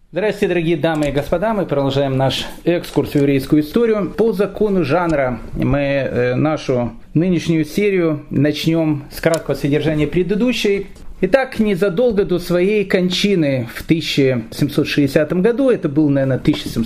Здравствуйте, дорогие дамы и господа. Мы продолжаем наш экскурс в еврейскую историю. По закону жанра мы нашу нынешнюю серию начнем с краткого содержания предыдущей. Итак, незадолго до своей кончины в 1760 году, это был, наверное,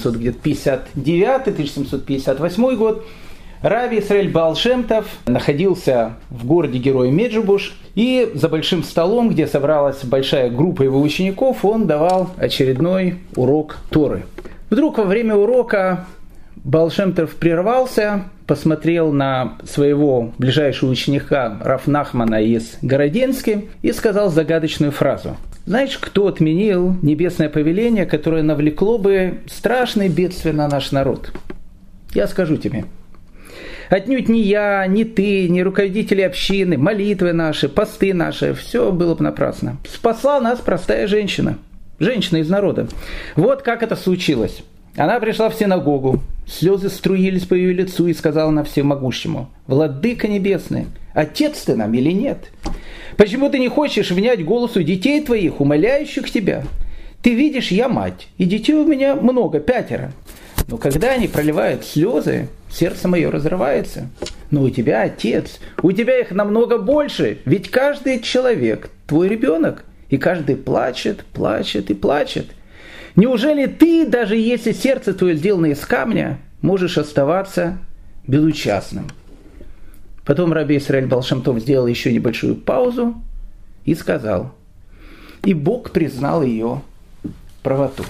1759-1758 год, Рави Исраэль Баал Шем Тов находился в городе-герое Меджибуш, и за большим столом, где собралась большая группа его учеников, он давал очередной урок Торы. Вдруг во время урока Баал Шем Тов прервался, посмотрел на своего ближайшего ученика Рав Нахмана из Городенски и сказал загадочную фразу. Знаешь, кто отменил небесное повеление, которое навлекло бы страшные бедствия на наш народ? Я скажу тебе. Отнюдь ни я, ни ты, ни руководители общины, молитвы наши, посты наши, все было бы напрасно. Спасла нас простая женщина, женщина из народа. Вот как это случилось. Она пришла в синагогу, слезы струились по ее лицу и сказала на всемогущему: «Владыка небесный, отец ты нам или нет? Почему ты не хочешь внять голосу детей твоих, умоляющих тебя? Ты видишь, я мать, и детей у меня много, 5. Но когда они проливают слезы, сердце мое разрывается. Но у тебя отец, у тебя их намного больше, ведь каждый человек твой ребенок, и каждый плачет, плачет и плачет. Неужели ты, даже если сердце твое сделано из камня, можешь оставаться безучастным?» Потом Раби Исраэль Баал Шем Тов сделал еще небольшую паузу и сказал: «И Бог признал ее правоту».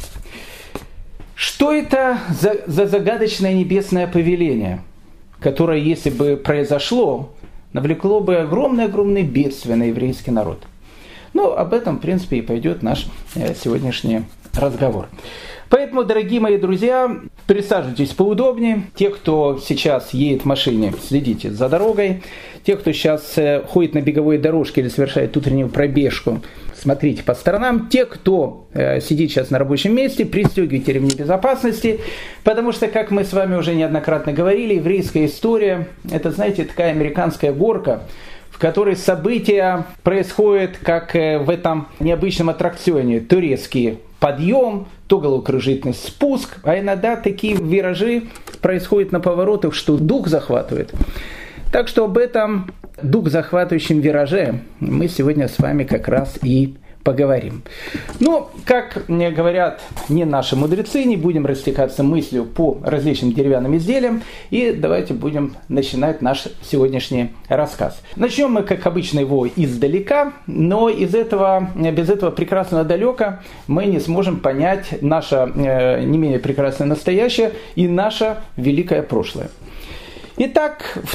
Что это за загадочное небесное повеление, которое, если бы произошло, навлекло бы огромное-огромное бедствие на еврейский народ? Ну, об этом, в принципе, и пойдет наш сегодняшний разговор. Поэтому, дорогие мои друзья, присаживайтесь поудобнее. Те, кто сейчас едет в машине, следите за дорогой. Те, кто сейчас ходит на беговой дорожке или совершает утреннюю пробежку, смотрите по сторонам. Те, кто сидит сейчас на рабочем месте, пристегивайте ремни безопасности, потому что, как мы с вами уже неоднократно говорили, еврейская история – это, знаете, такая американская горка, в которой события происходят, как в этом необычном аттракционе. То резкий подъем, то головокружительный спуск, а иногда такие виражи происходят на поворотах, что дух захватывает. Так что об этом дух захватывающем вираже мы сегодня с вами как раз и поговорим. Но, как мне говорят не наши мудрецы, не будем растекаться мыслью по различным деревянным изделиям, и давайте будем начинать наш сегодняшний рассказ. Начнем мы, как обычно, его издалека, но без этого прекрасного далека мы не сможем понять наше не менее прекрасное настоящее и наше великое прошлое. Итак, в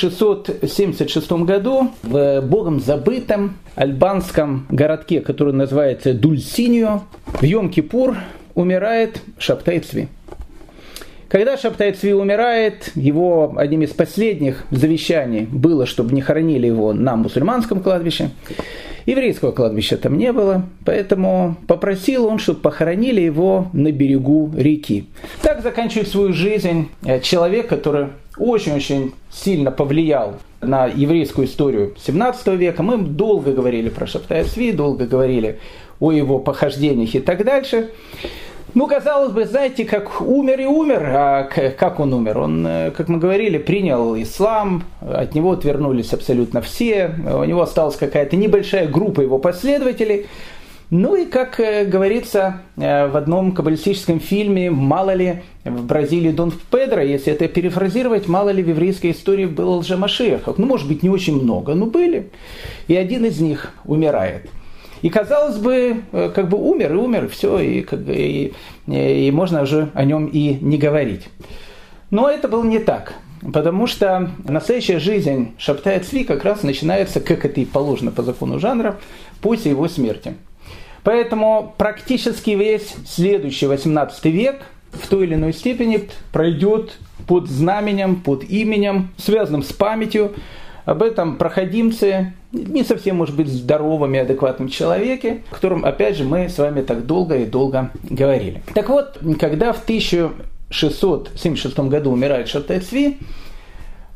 1676 году в богом забытом альбанском городке, который называется Дульсиньо, в Йом-Кипур умирает Шабтай Цви. Когда Шабтай Цви умирает, его одним из последних завещаний было, чтобы не хоронили его на мусульманском кладбище. Еврейского кладбища там не было, поэтому попросил он, чтобы похоронили его на берегу реки. Так заканчивает свою жизнь человек, который очень-очень сильно повлиял на еврейскую историю 17 века. Мы долго говорили про Шабтай Цви, долго говорили о его похождениях и так дальше. Ну, казалось бы, знаете, как умер и умер. А как он умер? Он, как мы говорили, принял ислам, от него отвернулись абсолютно все, у него осталась какая-то небольшая группа его последователей. Ну и, как говорится в одном каббалистическом фильме, мало ли в Бразилии Дон Педро, если это перефразировать, мало ли в еврейской истории было лжемашиахов. Ну, может быть, не очень много, но были. И один из них умирает. И, казалось бы, как бы умер и умер, все, и можно уже о нем и не говорить. Но это было не так, потому что настоящая жизнь Шабтая Цви как раз начинается, как это и положено по закону жанра, после его смерти. Поэтому практически весь следующий 18 век в той или иной степени пройдет под знаменем, под именем, связанным с памятью об этом проходимце, не совсем, может быть, здоровом и адекватном человеке, о котором, опять же, мы с вами так долго и долго говорили. Так вот, когда в 1676 году умирает Шабтай Цви,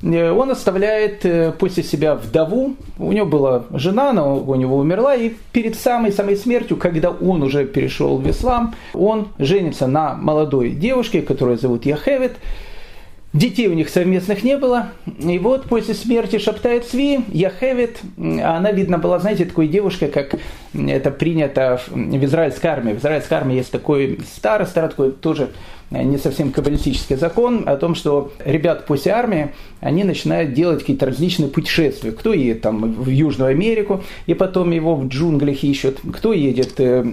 он оставляет после себя вдову. У него была жена, но у него умерла. И перед самой смертью, когда он уже перешел в ислам, он женится на молодой девушке, которую зовут Йохевед. Детей у них совместных не было. И вот после смерти Шабтай Цви, Йохевед, она, видно, была, знаете, такой девушкой, как это принято в израильской армии. В израильской армии есть такой старый такой тоже не совсем каббалистический закон о том, что ребят после армии, они начинают делать какие-то различные путешествия. Кто едет там в Южную Америку, и потом его в джунглях ищут. Кто едет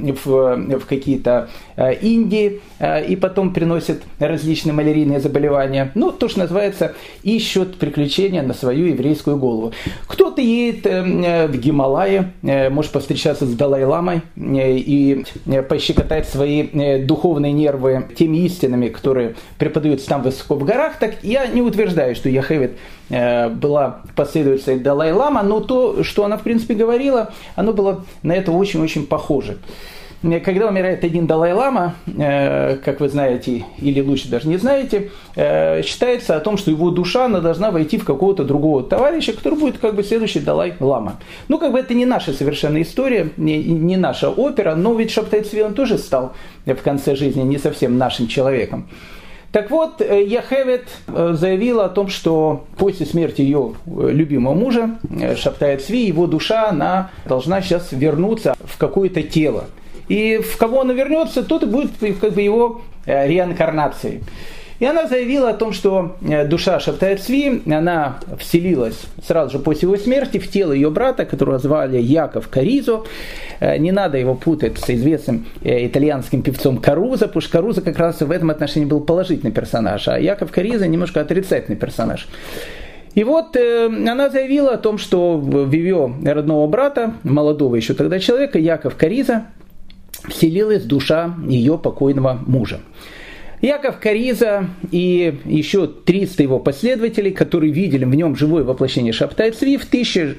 в какие-то Индии, и потом приносит различные малярийные заболевания. Ну, то, что называется, ищут приключения на свою еврейскую голову. Кто-то едет в Гималайи, может повстречаться с Далай-ламой и пощекотать свои духовные нервы теми истинами, которые преподаются там высоко в горах. Так я не утверждаю, что Йохевед была последовательницей Далай-лама, но то, что она в принципе говорила, оно было на это очень-очень похоже. Когда умирает один Далай-лама, как вы знаете, или лучше даже не знаете, считается о том, что его душа она должна войти в какого-то другого товарища, который будет как бы следующий Далай-лама. Ну, как бы это не наша совершенно история, не наша опера, но ведь Шабтай Цви он тоже стал в конце жизни не совсем нашим человеком. Так вот, Йохевед заявила о том, что после смерти ее любимого мужа, Шабтая Цви, его душа она должна сейчас вернуться в какое-то тело. И в кого она вернется, тот и будет как бы его реинкарнацией. И она заявила о том, что душа Шабтая Цви, она вселилась сразу же после его смерти в тело ее брата, которого звали Яков Каризо. Не надо его путать с известным итальянским певцом Карузо, потому что Карузо как раз в этом отношении был положительный персонаж, а Яков Каризо немножко отрицательный персонаж. И вот она заявила о том, что в ее родного брата, молодого еще тогда человека, Яков Каризо, вселилась душа ее покойного мужа. Яков Каризо и еще 300 его последователей, которые видели в нем живое воплощение Шабтай Цви, в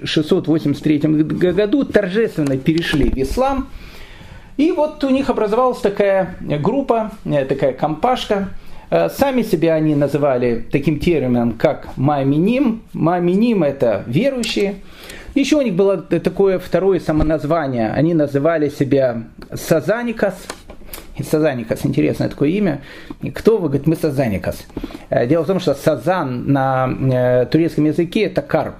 1683 году торжественно перешли в ислам. И вот у них образовалась такая группа, такая компашка. Сами себя они называли таким термином, как Мааминим. Мааминим – это верующие. Еще у них было такое второе самоназвание. Они называли себя Сазаникас. Сазаникас, интересное такое имя. Кто вы? Говорит, мы Сазаникас. Дело в том, что сазан на турецком языке – это карп.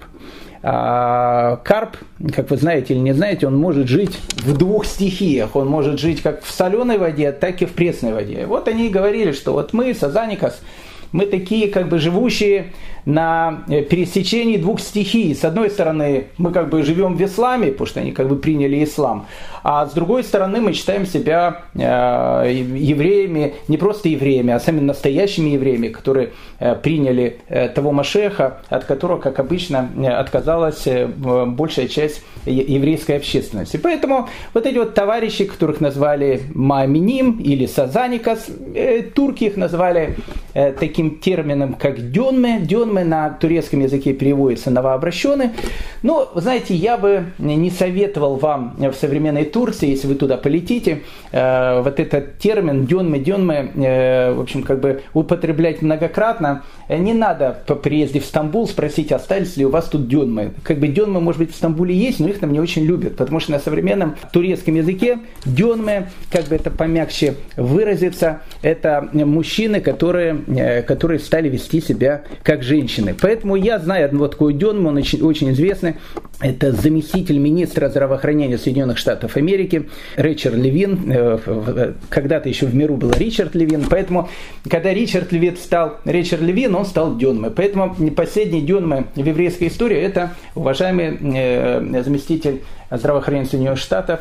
А карп, как вы знаете или не знаете, он может жить в двух стихиях. Он может жить как в соленой воде, так и в пресной воде. Вот они и говорили, что вот мы, Сазаникас, мы такие как бы живущие на пересечении двух стихий. С одной стороны, мы как бы живем в исламе, потому что они как бы приняли ислам. А с другой стороны, мы считаем себя евреями, не просто евреями, а сами настоящими евреями, которые приняли того Машеха, от которого, как обычно, отказалась большая часть еврейской общественности. Поэтому вот эти вот товарищи, которых назвали Мааминим или Сазаникас, турки их назвали таким термином, как дёнме. Дёнме на турецком языке переводится новообращенный. Но, знаете, я бы не советовал вам в современной Турции, если вы туда полетите, вот этот термин дёнме, в общем, как бы употреблять многократно. Не надо по приезде в Стамбул спросить, остались ли у вас тут дёнме. Как бы дёнме, может быть, в Стамбуле есть, но их там не очень любят, потому что на современном турецком языке дёнме, как бы это помягче выразиться, это мужчины, которые стали вести себя как женщины. Поэтому я знаю одного такого дёнме, он очень известный. Это заместитель министра здравоохранения Соединенных Штатов Америки Ричард Левин. Когда-то еще в миру был Ричард Левин. Поэтому, когда Ричард Левин, он стал дёнме. Поэтому последний дёнме в еврейской истории это уважаемый заместитель здравоохранения Соединенных Штатов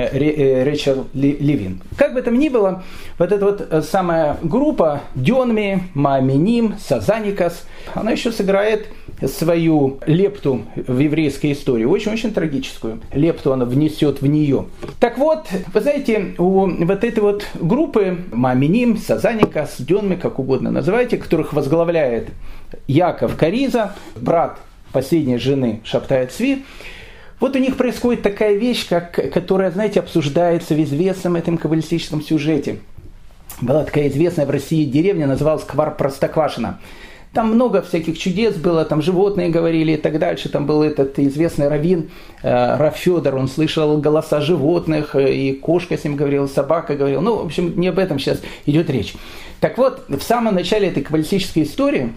Ричард Левин. Как бы там ни было, вот эта вот самая группа дёнми, Мааминим, Сазаникас, она еще сыграет свою лепту в еврейской истории, очень-очень трагическую лепту она внесет в нее. Так вот, вы знаете, у вот этой вот группы Мааминим, Сазаникас, дёнми, как угодно называйте, которых возглавляет Яков Каризо, брат последней жены Шабтая Цви, вот у них происходит такая вещь, которая, знаете, обсуждается в известном этом каббалистическом сюжете. Была такая известная в России деревня, называлась Квар-Простоквашино. Там много всяких чудес было, там животные говорили и так дальше. Там был этот известный раввин Рав Федор, он слышал голоса животных, и кошка с ним говорила, собака говорила. Ну, в общем, не об этом сейчас идет речь. Так вот, в самом начале этой каббалистической истории,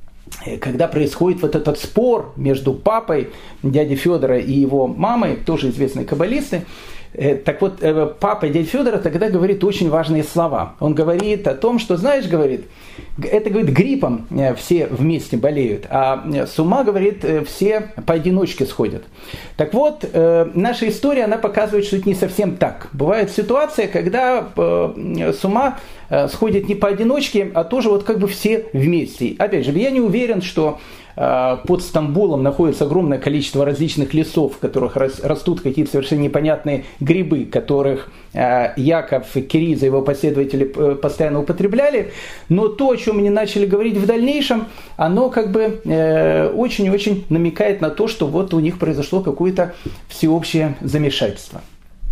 когда происходит вот этот спор между папой дяди Федора и его мамой, тоже известные каббалисты, так вот, папа дядя Федора тогда говорит очень важные слова. Он говорит о том, что, знаешь, говорит, это, говорит, гриппом все вместе болеют, а с ума, говорит, все поодиночке сходят. Так вот, наша история, она показывает, что это не совсем так. Бывает ситуация, когда с ума сходят не поодиночке, а тоже вот как бы все вместе. Опять же, я не уверен, что под Стамбулом находится огромное количество различных лесов, в которых растут какие-то совершенно непонятные грибы, которых Яков Кириза и его последователи постоянно употребляли. Но то, о чем они начали говорить в дальнейшем, оно как бы очень-очень намекает на то, что вот у них произошло какое-то всеобщее замешательство.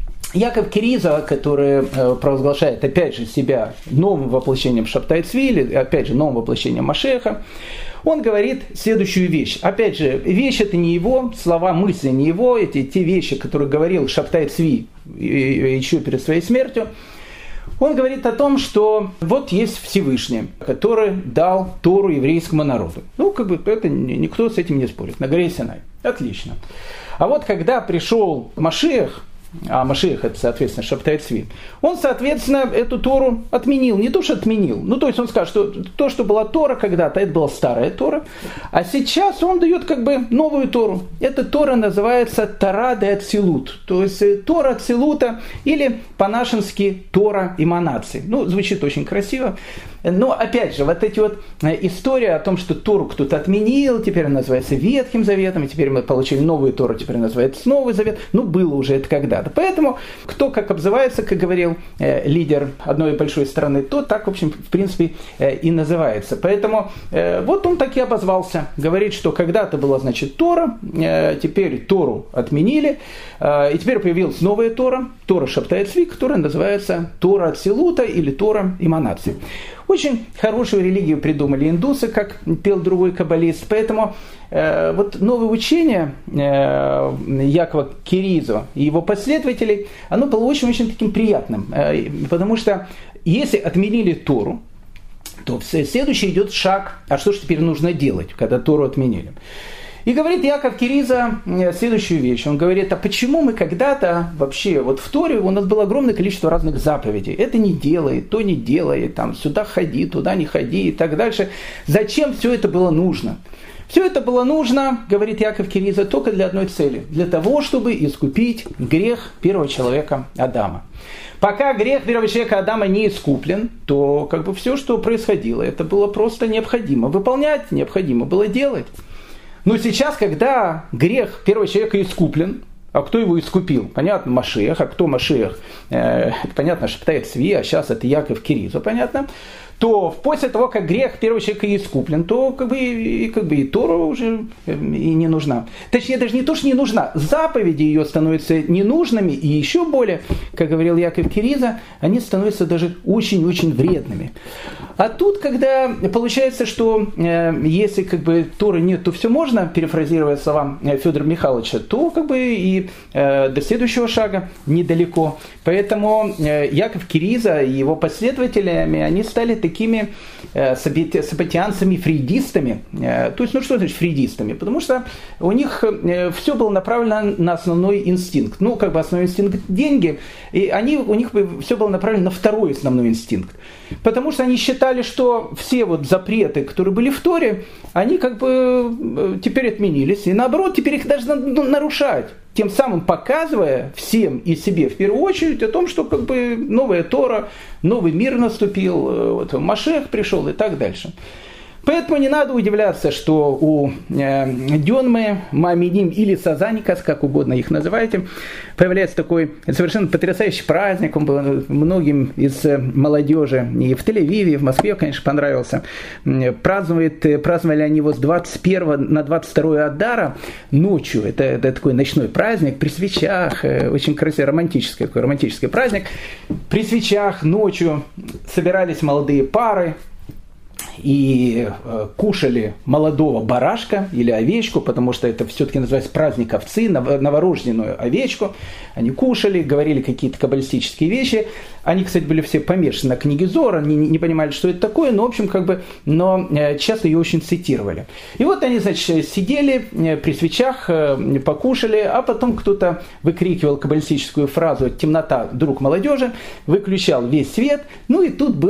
Яков Кириза, который провозглашает, опять же, себя новым воплощением Шабтай Цви, или, опять же, новым воплощением Машеха, он говорит следующую вещь. Опять же, вещь это не его, слова, мысли не его, те вещи, которые говорил Шабтай Цви еще перед своей смертью. Он говорит о том, что вот есть Всевышний, который дал Тору еврейскому народу. Ну, как бы это никто с этим не спорит. На горе Синай. Отлично. А вот когда пришел Машиах, а Машиах это, соответственно, Шабтай Цви, он, соответственно, эту Тору отменил. Не то, что отменил. Ну, то есть он скажет, что то, что была Тора когда-то, это была старая Тора, а сейчас он дает как бы новую Тору. Эта Тора называется Тора де Ацилут. То есть Тора Ацилута или по-нашенски Тора эманации. Ну, звучит очень красиво. Но, опять же, вот эти вот истории о том, что Тору кто-то отменил, теперь она называется Ветхим Заветом, и теперь мы получили новую Тору, теперь называется Новый Завет. Ну, было уже это когда-то. Поэтому, кто как обзывается, как говорил лидер одной большой страны, то так, в общем, в принципе, и называется. Поэтому вот он так и обозвался. Говорит, что когда-то была, значит, Тора, теперь Тору отменили, и теперь появилась новая Тора, Тора Шабтай Цви, которая называется Тора Ацилута или Тора эманации. Очень хорошую религию придумали индусы, как пел другой каббалист. Поэтому вот новое учение Якова Киризо и его последователей, оно было очень-очень таким приятным. Потому что если отменили Тору, то следующий идет шаг, а что же теперь нужно делать, когда Тору отменили? И говорит Яков Кириза следующую вещь. Он говорит, а почему мы когда-то вообще, вот в Торе у нас было огромное количество разных заповедей. Это не делай, то не делай, там, сюда ходи, туда не ходи и так дальше. Зачем все это было нужно? Все это было нужно, говорит Яков Кириза, только для одной цели. Для того, чтобы искупить грех первого человека Адама. Пока грех первого человека Адама не искуплен, то как бы все, что происходило, это было просто необходимо выполнять, необходимо было делать. Но сейчас, когда грех первого человека искуплен, а кто его искупил? Понятно, Машиах. А кто Машиах? Понятно, Шабтай Цви, а сейчас это Яков Кириза, понятно. То после того, как грех первого человека искуплен, то как бы и Тора уже и не нужна. Точнее, даже не то, что не нужна. Заповеди ее становятся ненужными, и еще более, как говорил Яков Кириза, они становятся даже очень-очень вредными. А тут, когда получается, что если как бы Торы нет, то все можно, перефразируя слова Федора Михайловича, то как бы и до следующего шага недалеко. Поэтому Яков Кириза и его последователями, они стали такими событианцами, фрейдистами. То есть, ну что значит фрейдистами? Потому что у них все было направлено на основной инстинкт. Ну, как бы основной инстинкт – деньги, и у них все было направлено на второй основной инстинкт. Потому что они считали, что все вот запреты, которые были в Торе, они как бы теперь отменились, и наоборот, теперь их даже надо нарушать. Тем самым показывая всем и себе в первую очередь о том, что как бы новая Тора, новый мир наступил, вот, Машиах пришел и так дальше. Поэтому не надо удивляться, что у Дёнмы, Маминим или Сазаникас, как угодно их называйте, появляется такой совершенно потрясающий праздник. Он был многим из молодежи и в Тель-Авиве, и в Москве, конечно, понравился. Праздновали они его с 21 на 22 Адара ночью. Это такой ночной праздник при свечах, очень красивый, романтический праздник. При свечах ночью собирались молодые пары. и кушали молодого барашка или овечку, потому что это все-таки называется праздник овцы, новорожденную овечку. Они кушали, говорили какие-то каббалистические вещи. Они, кстати, были все помешаны на книге Зоар, они не понимали, что это такое, но, в общем, но часто ее очень цитировали. И вот они, значит, сидели при свечах, покушали, а потом кто-то выкрикивал каббалистическую фразу «темнота, друг молодежи», выключал весь свет, ну и тут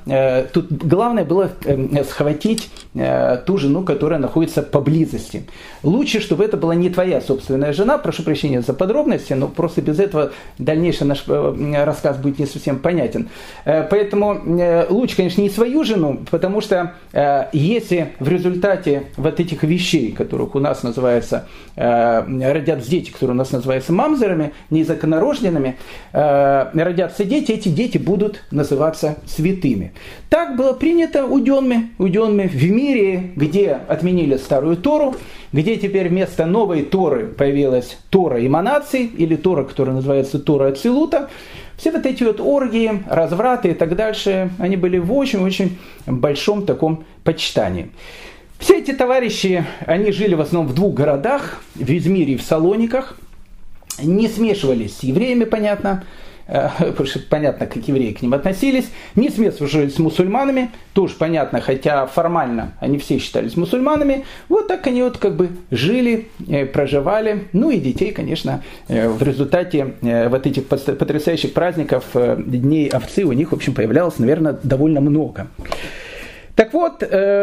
главное было схватить ту жену, которая находится поблизости. Лучше, чтобы это была не твоя собственная жена, прошу прощения за подробности, но просто без этого дальнейший наш рассказ будет не совсем понятен. Поэтому лучше, конечно, не свою жену, потому что если в результате вот этих вещей, которых у нас называется, родятся дети, которые у нас называются мамзерами, незаконнорожденными, родятся дети, эти дети будут называться святыми. Так было принято у Дёнмы в мире, где отменили старую Тору, где теперь вместо новой Торы появилась Тора эманаций, или Тора, которая называется Тора Ацилута. Все вот эти вот оргии, развраты и так дальше, они были в очень-очень большом таком почитании. Все эти товарищи, они жили в основном в двух городах, в Измире и в Салониках, не смешивались с евреями, понятно, потому что понятно, как евреи к ним относились, не смешивались с мусульманами, тоже понятно, хотя формально они все считались мусульманами, вот так они вот жили, проживали, ну и детей, конечно, в результате вот этих потрясающих праздников, дней овцы у них, в общем, появлялось, наверное, довольно много. Так вот,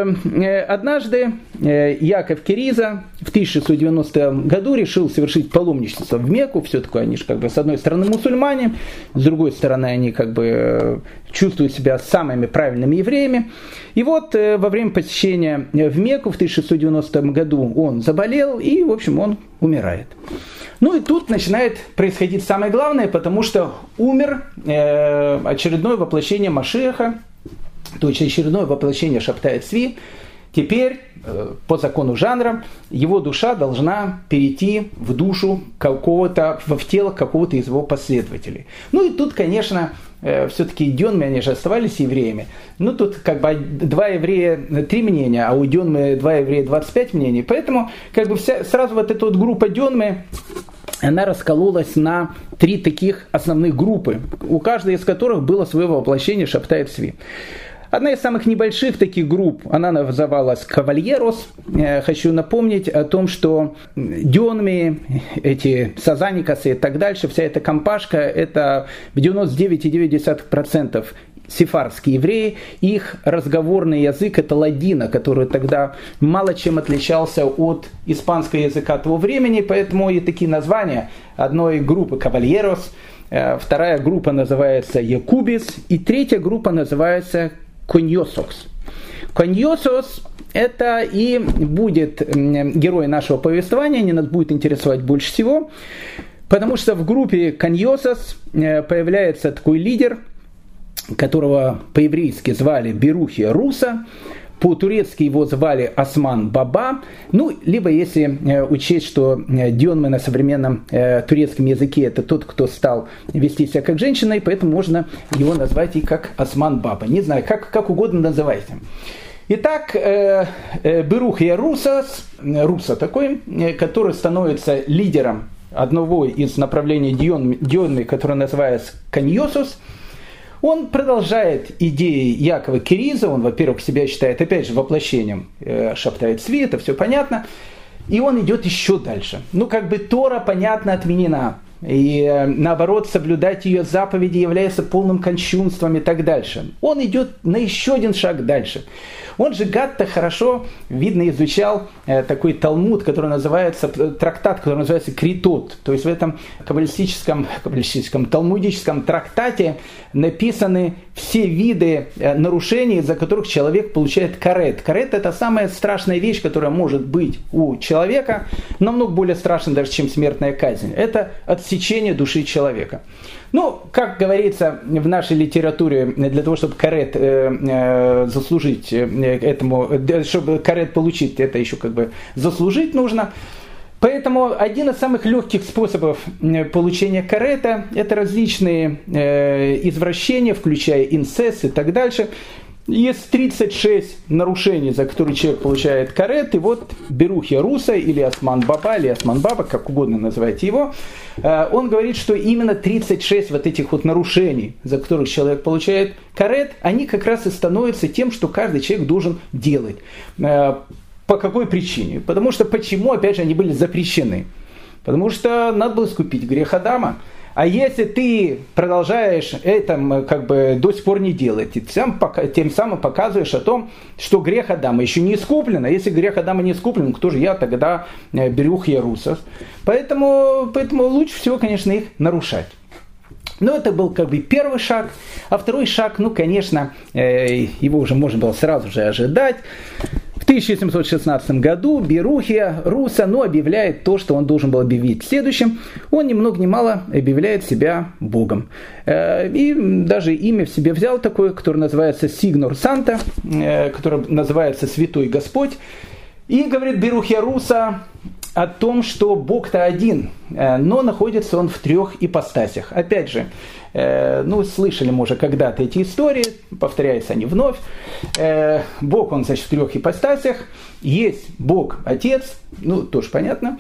однажды Яков Кериза в 1690 году решил совершить паломничество в Мекку. Все такое, они же с одной стороны мусульмане, с другой стороны они чувствуют себя самыми правильными евреями. И вот во время посещения в Мекку в 1690 году он заболел и, в общем, он умирает. Ну и тут начинает происходить самое главное, потому что умер очередное воплощение Машиаха, то есть очередное воплощение Шабтай Цви. Теперь, по закону жанра, его душа должна перейти в душу в тело какого-то из его последователей. Ну и тут, конечно, все-таки Дёнмы, они же оставались евреями. Ну тут два еврея 3 мнения, а у Дёнмы 2 еврея 25 мнений. Поэтому сразу вот эта вот группа Дёнмы, она раскололась на 3 таких основных группы, у каждой из которых было свое воплощение Шабтай Цви. Одна из самых небольших таких групп, она называлась Кавальерос. Хочу напомнить о том, что Дёнмы, эти Сазаникасы и так дальше, вся эта компашка, это в 99,9% сефардские евреи. Их разговорный язык это ладина, который тогда мало чем отличался от испанского языка того времени, поэтому и такие названия одной группы Кавальерос, вторая группа называется Якубис, и третья группа называется Коньосос. Коньосос это и будет герой нашего повествования, они нас будет интересовать больше всего, потому что в группе Коньосос появляется такой лидер, которого по-еврейски звали Берухия Руса, по-турецки его звали Осман Баба, ну, либо если учесть, что Дёнмы на современном турецком языке это тот, кто стал вести себя как женщина, и поэтому можно его назвать и как Осман Баба. Не знаю, как угодно называйте. Итак, Берухия Руса такой, который становится лидером одного из направлений Дёнмы, которое называется Коньосос. Он продолжает идеи Якова Кериза, он, во-первых, себя считает, опять же, воплощением Шабтай Цви, это все понятно, и он идет еще дальше. Тора, понятно, отменена, и наоборот, соблюдать ее заповеди является полным кощунством и так дальше. Он идет на еще один шаг дальше. Он же гад-то хорошо, видно, изучал такой талмуд, который называется, трактат, который называется Критот. То есть в этом каббалистическом талмудическом трактате написаны все виды нарушений, из-за которых человек получает карет. Карет это самая страшная вещь, которая может быть у человека, намного более страшная даже, чем смертная казнь. Это отсечение души человека. Как говорится в нашей литературе, для того, чтобы карет заслужить этому, чтобы карет получить, это еще заслужить нужно. Поэтому один из самых легких способов получения карета – это различные извращения, включая инцест и так дальше. Есть 36 нарушений, за которые человек получает карет, и вот Берухия Руса, или Осман Баба, или Осман Баба, как угодно называйте его, он говорит, что именно 36 вот этих вот нарушений, за которых человек получает карет, они как раз и становятся тем, что каждый человек должен делать. По какой причине? Потому что почему, опять же, они были запрещены? Потому что надо было искупить грех Адама. А если ты продолжаешь это как бы до сих пор не делать, тем самым показываешь о том, что грех Адама еще не искуплен. А если грех Адама не искуплен, кто же я тогда, Берухия Русос? Поэтому лучше всего, конечно, их нарушать. Но это был как бы первый шаг. А второй шаг, ну, конечно, его уже можно было сразу же ожидать. В 1716 году Берухия Руса объявляет то, что он должен был объявить в следующем. Он ни много ни мало объявляет себя Богом. И даже имя в себе взял такое, которое называется Сигнор Санта, которое называется Святой Господь. И говорит Берухия Руса о том, что Бог-то один, но находится он в 3 ипостасях. Опять же, слышали мы уже когда-то эти истории, повторяются они вновь. Бог, он, значит, в 3 ипостасях. Есть Бог Отец, тоже понятно.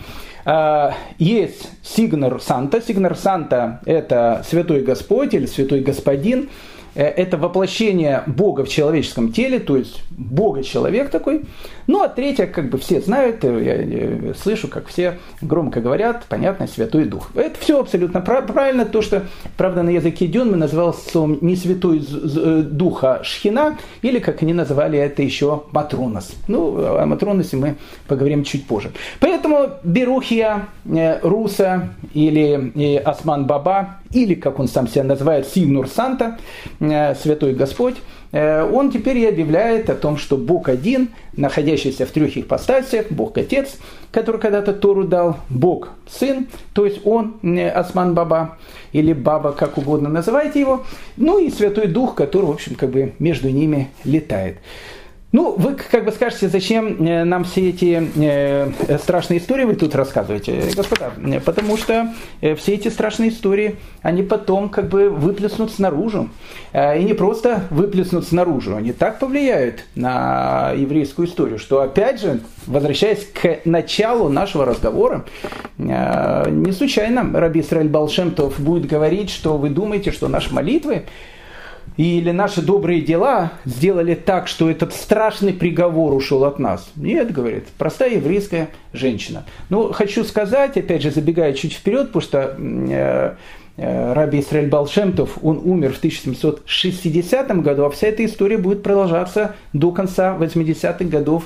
Есть Сигнор Санта. Сигнор Санта – это Святой Господь или Святой Господин. Это воплощение Бога в человеческом теле, то есть Бога-человек такой. А третье, как бы все знают, я слышу, как все громко говорят, понятно, Святой Дух. Это все абсолютно правильно. То, что, правда, на языке Дюнмы назывался не Святой Дух, а Шхина, или, как они называли это еще, Матронос. О Матроносе мы поговорим чуть позже. Поэтому Берухия Руса или Осман Баба, или, как он сам себя называет, Сигнор Санта, Святой Господь, он теперь и объявляет о том, что Бог один, находящийся в 3 ипостасях, Бог Отец, который когда-то Тору дал, Бог Сын, то есть он, Осман Баба, или Баба, как угодно называйте его, и Святой Дух, который, в общем, как бы между ними летает. Вы как бы скажете, зачем нам все эти страшные истории вы тут рассказываете, господа? Потому что все эти страшные истории, они потом как бы выплеснутся наружу. И не просто выплеснутся наружу, они так повлияют на еврейскую историю, что, опять же, возвращаясь к началу нашего разговора, не случайно раби Исраэль Баал Шем Тов будет говорить, что вы думаете, что наши молитвы или наши добрые дела сделали так, что этот страшный приговор ушел от нас. Нет, говорит, простая еврейская женщина. Хочу сказать, опять же, забегая чуть вперед, потому что раби Исраэль Баал Шем Тов, он умер в 1760 году, а вся эта история будет продолжаться до конца 80-х годов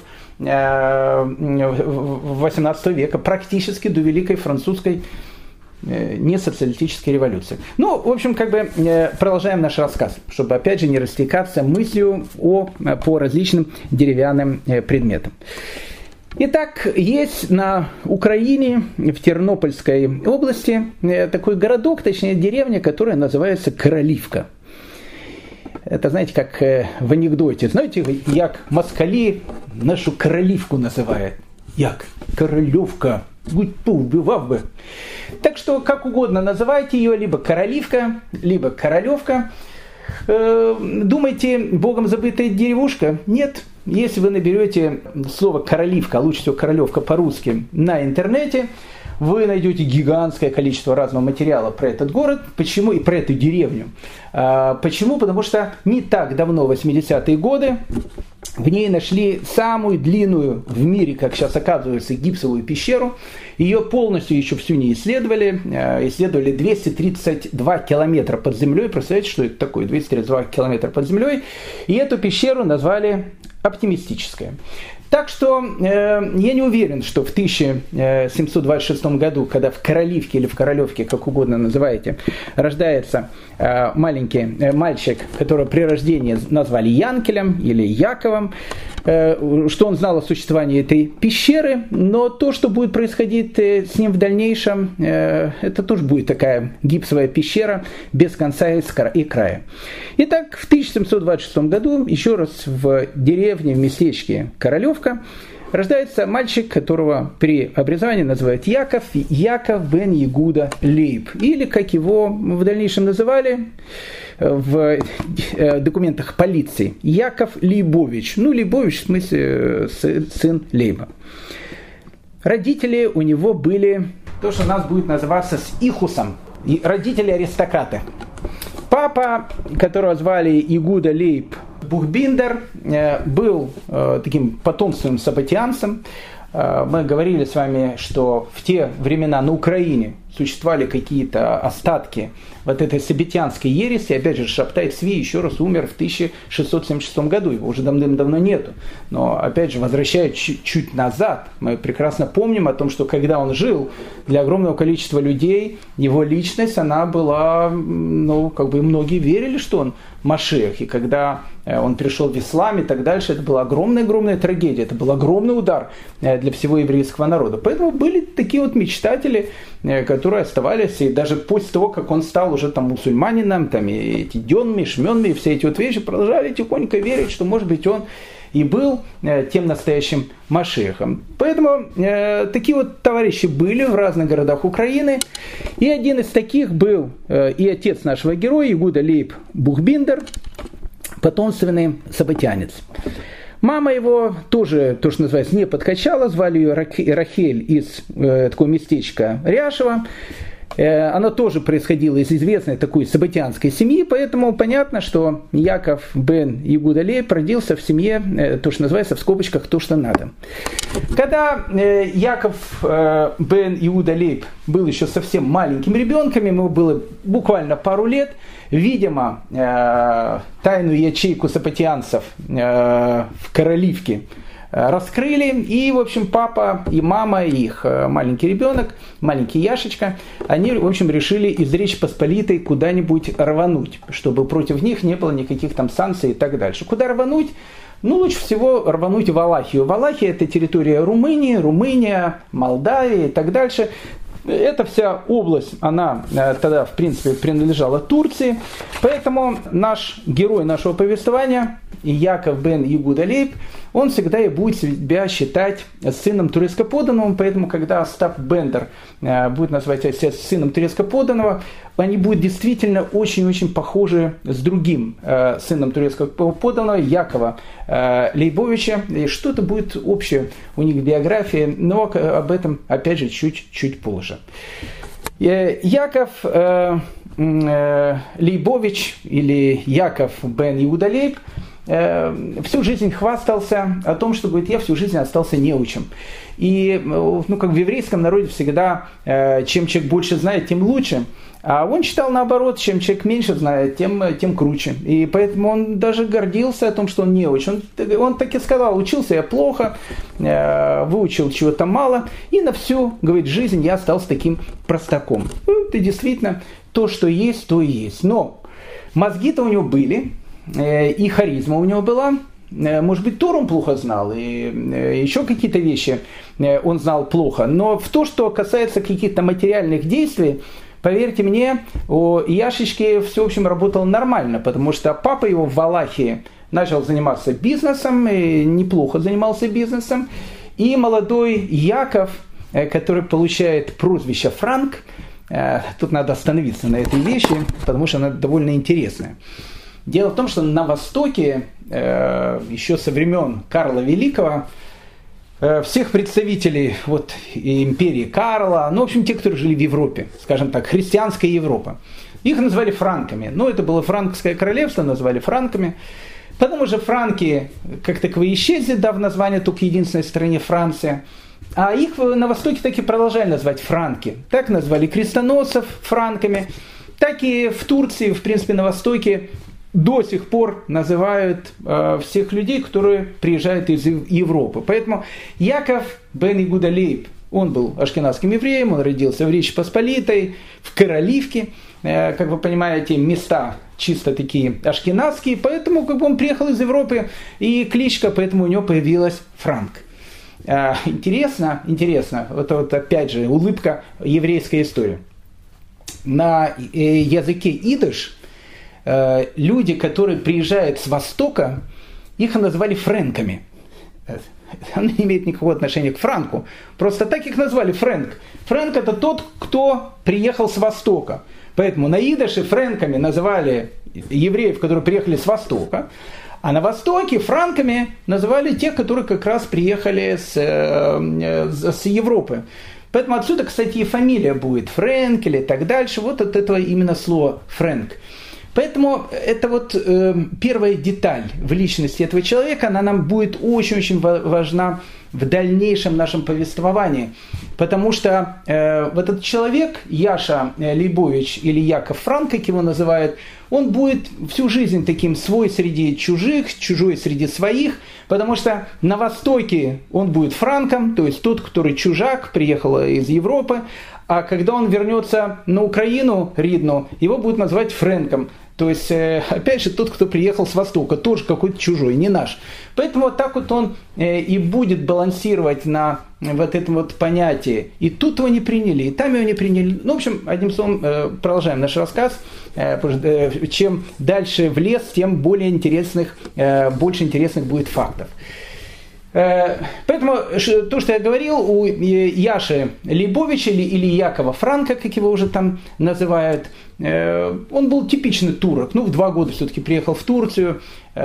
18 века, практически до Великой Французской не социалистической революции. В общем, как бы продолжаем наш рассказ, чтобы, опять же, не растекаться мыслью по различным деревянным предметам. Итак, есть на Украине, в Тернопольской области, такой городок, точнее деревня, которая называется Королівка. Это, знаете, как в анекдоте. Знаете, як москали нашу Королівку называют? Як? Королевка. Будь поубивав бы. Так что, как угодно называйте ее, либо Королівка, либо Королевка. Думаете, Богом забытая деревушка? Нет. Если вы наберете слово Королівка, а лучше всего Королевка по-русски, на интернете, вы найдете гигантское количество разного материала про этот город. Почему? И про эту деревню. Почему? Потому что не так давно, 80-е годы, в ней нашли самую длинную в мире, как сейчас оказывается, гипсовую пещеру. Ее полностью еще всю не исследовали. Исследовали 232 километра под землей. Представляете, что это такое? 232 километра под землей. И эту пещеру назвали оптимистическая. Так что я не уверен, что в 1726 году, когда в Королівке или в Королевке, как угодно называете, рождается маленький мальчик, которого при рождении назвали Янкелем или Яковом, что он знал о существовании этой пещеры, но то, что будет происходить с ним в дальнейшем, это тоже будет такая гипсовая пещера без конца и края. Итак, в 1726 году, еще раз в деревне, в местечке Королевка, рождается мальчик, которого при обрезании называют Яков бен Ягуда Лейб. Или, как его в дальнейшем называли в документах полиции, Яков Лейбович. Лейбович в смысле сын Лейба. Родители у него были то, что у нас будет называться с ихусом. Родители аристократы. Папа, которого звали Игуда Лейб Бухбиндер, был таким потомственным сабатианцем. Мы говорили с вами, что в те времена на Украине существовали какие-то остатки вот этой сабатианской ереси. Опять же, Шабтай Цви еще раз умер в 1676 году, его уже давным-давно нету. Но, опять же, возвращаясь чуть назад, мы прекрасно помним о том, что когда он жил, для огромного количества людей его личность, она была, многие верили, что он Машиах. И когда он пришел в ислам и так дальше, это была огромная трагедия, это был огромный удар для всего еврейского народа. Поэтому были такие вот мечтатели, которые оставались, и даже после того, как он стал уже там мусульманином, там и эти денми, шменми, все эти вот вещи, продолжали тихонько верить, что, может быть, он и был тем настоящим Машиахом. Поэтому такие вот товарищи были в разных городах Украины. И один из таких был и отец нашего героя, Игуда Лейб Бухбиндер, потомственный сабатианец. Мама его тоже, то, что называется, не подкачала, звали ее Рахель из такого местечка Ряшева. Она тоже происходила из известной такой сабатианской семьи, поэтому понятно, что Яков бен Ягуда Лейб родился в семье, то, что называется, в скобочках, то, что надо. Когда Яков бен Ягуда Лейб был еще совсем маленьким ребенком, ему было буквально пару лет, видимо, тайную ячейку сабатианцев в Короливке раскрыли, и, в общем, папа и мама, и их маленький ребенок, маленький Яшечка, они, в общем, решили из Речи Посполитой куда-нибудь рвануть, чтобы против них не было никаких там санкций и так дальше. Куда рвануть? Лучше всего рвануть в Валахию. Валахия – это территория Румынии, Румыния, Молдавия и так дальше. Эта вся область, она тогда, в принципе, принадлежала Турции. Поэтому наш герой нашего повествования, Яков бен Ягуда Лейб, он всегда и будет себя считать сыном турецкоподданного. Поэтому, когда Остап Бендер будет называть себя сыном турецкоподданного, они будут действительно очень-очень похожи с другим сыном турецкоподданного, Якова Лейбовича. И что-то будет общее у них в биографии, но об этом, опять же, чуть позже. Яков Лейбович или Яков бен Ягуда Лейб всю жизнь хвастался о том, что, говорит, я всю жизнь остался неучим. И, как в еврейском народе всегда, чем человек больше знает, тем лучше. А он считал наоборот, чем человек меньше знает, тем круче. И поэтому он даже гордился о том, что он неуч. Он так и сказал, учился я плохо, выучил чего-то мало, и на всю, говорит, жизнь я остался таким простаком. Это действительно то, что есть, то и есть. Но мозги-то у него были, и харизма у него была. Может быть, Тору он плохо знал, и еще какие-то вещи он знал плохо. Но в то, что касается каких-то материальных действий, поверьте мне, у Яшечки все, в общем, работало нормально, потому что папа его в Валахии начал заниматься бизнесом, и неплохо занимался бизнесом. И молодой Яков, который получает прозвище Франк, тут надо остановиться на этой вещи, потому что она довольно интересная. Дело в том, что на Востоке, еще со времен Карла Великого, всех представителей империи Карла, в общем, те, которые жили в Европе, скажем так, христианская Европа, их называли франками. Это было франкское королевство, назвали франками. Потом уже франки, как таковые, исчезли, дав название только единственной стране Франция. А их на Востоке так и продолжали называть франки. Так назвали крестоносцев франками, так и в Турции, в принципе, на Востоке до сих пор называют всех людей, которые приезжают из Европы. Поэтому Яков бен Ягуда Лейб, он был ашкеназским евреем, он родился в Речи Посполитой, в Короливке. Как вы понимаете, места чисто такие ашкеназские, поэтому он приехал из Европы, и кличка, поэтому у него появилась Франк. Интересно, вот опять же улыбка, еврейская история. На языке идиш люди, которые приезжают с Востока, их называли френками. она не имеет никакого отношения к франку. Просто так их назвали фрэнк. Фрэнк – это тот, кто приехал с Востока. Поэтому на идыше фрэнками называли евреев, которые приехали с Востока. А на Востоке франками называли тех, которые как раз приехали с Европы. Поэтому отсюда, кстати, и фамилия будет Фрэнк или так дальше. Вот от этого именно слово «фрэнк». Поэтому это вот первая деталь в личности этого человека, она нам будет очень-очень важна в дальнейшем нашем повествовании. Потому что вот этот человек, Яша Лейбович или Яков Франк, как его называют, он будет всю жизнь таким свой среди чужих, чужой среди своих, потому что на Востоке он будет франком, то есть тот, который чужак, приехал из Европы, а когда он вернется на Украину, Ридну, его будут называть Фрэнком. То есть, опять же, тот, кто приехал с Востока, тоже какой-то чужой, не наш. Поэтому вот так вот он и будет балансировать на вот этом вот понятии. И тут его не приняли, и там его не приняли. Ну, в общем, одним словом, продолжаем наш рассказ. Чем дальше в лес, тем больше интересных будет фактов. Поэтому то, что я говорил, у Яши Лейбовича или Якова Франка, как его уже там называют, он был типичный турок. Ну, в 2 года все-таки приехал в Турцию.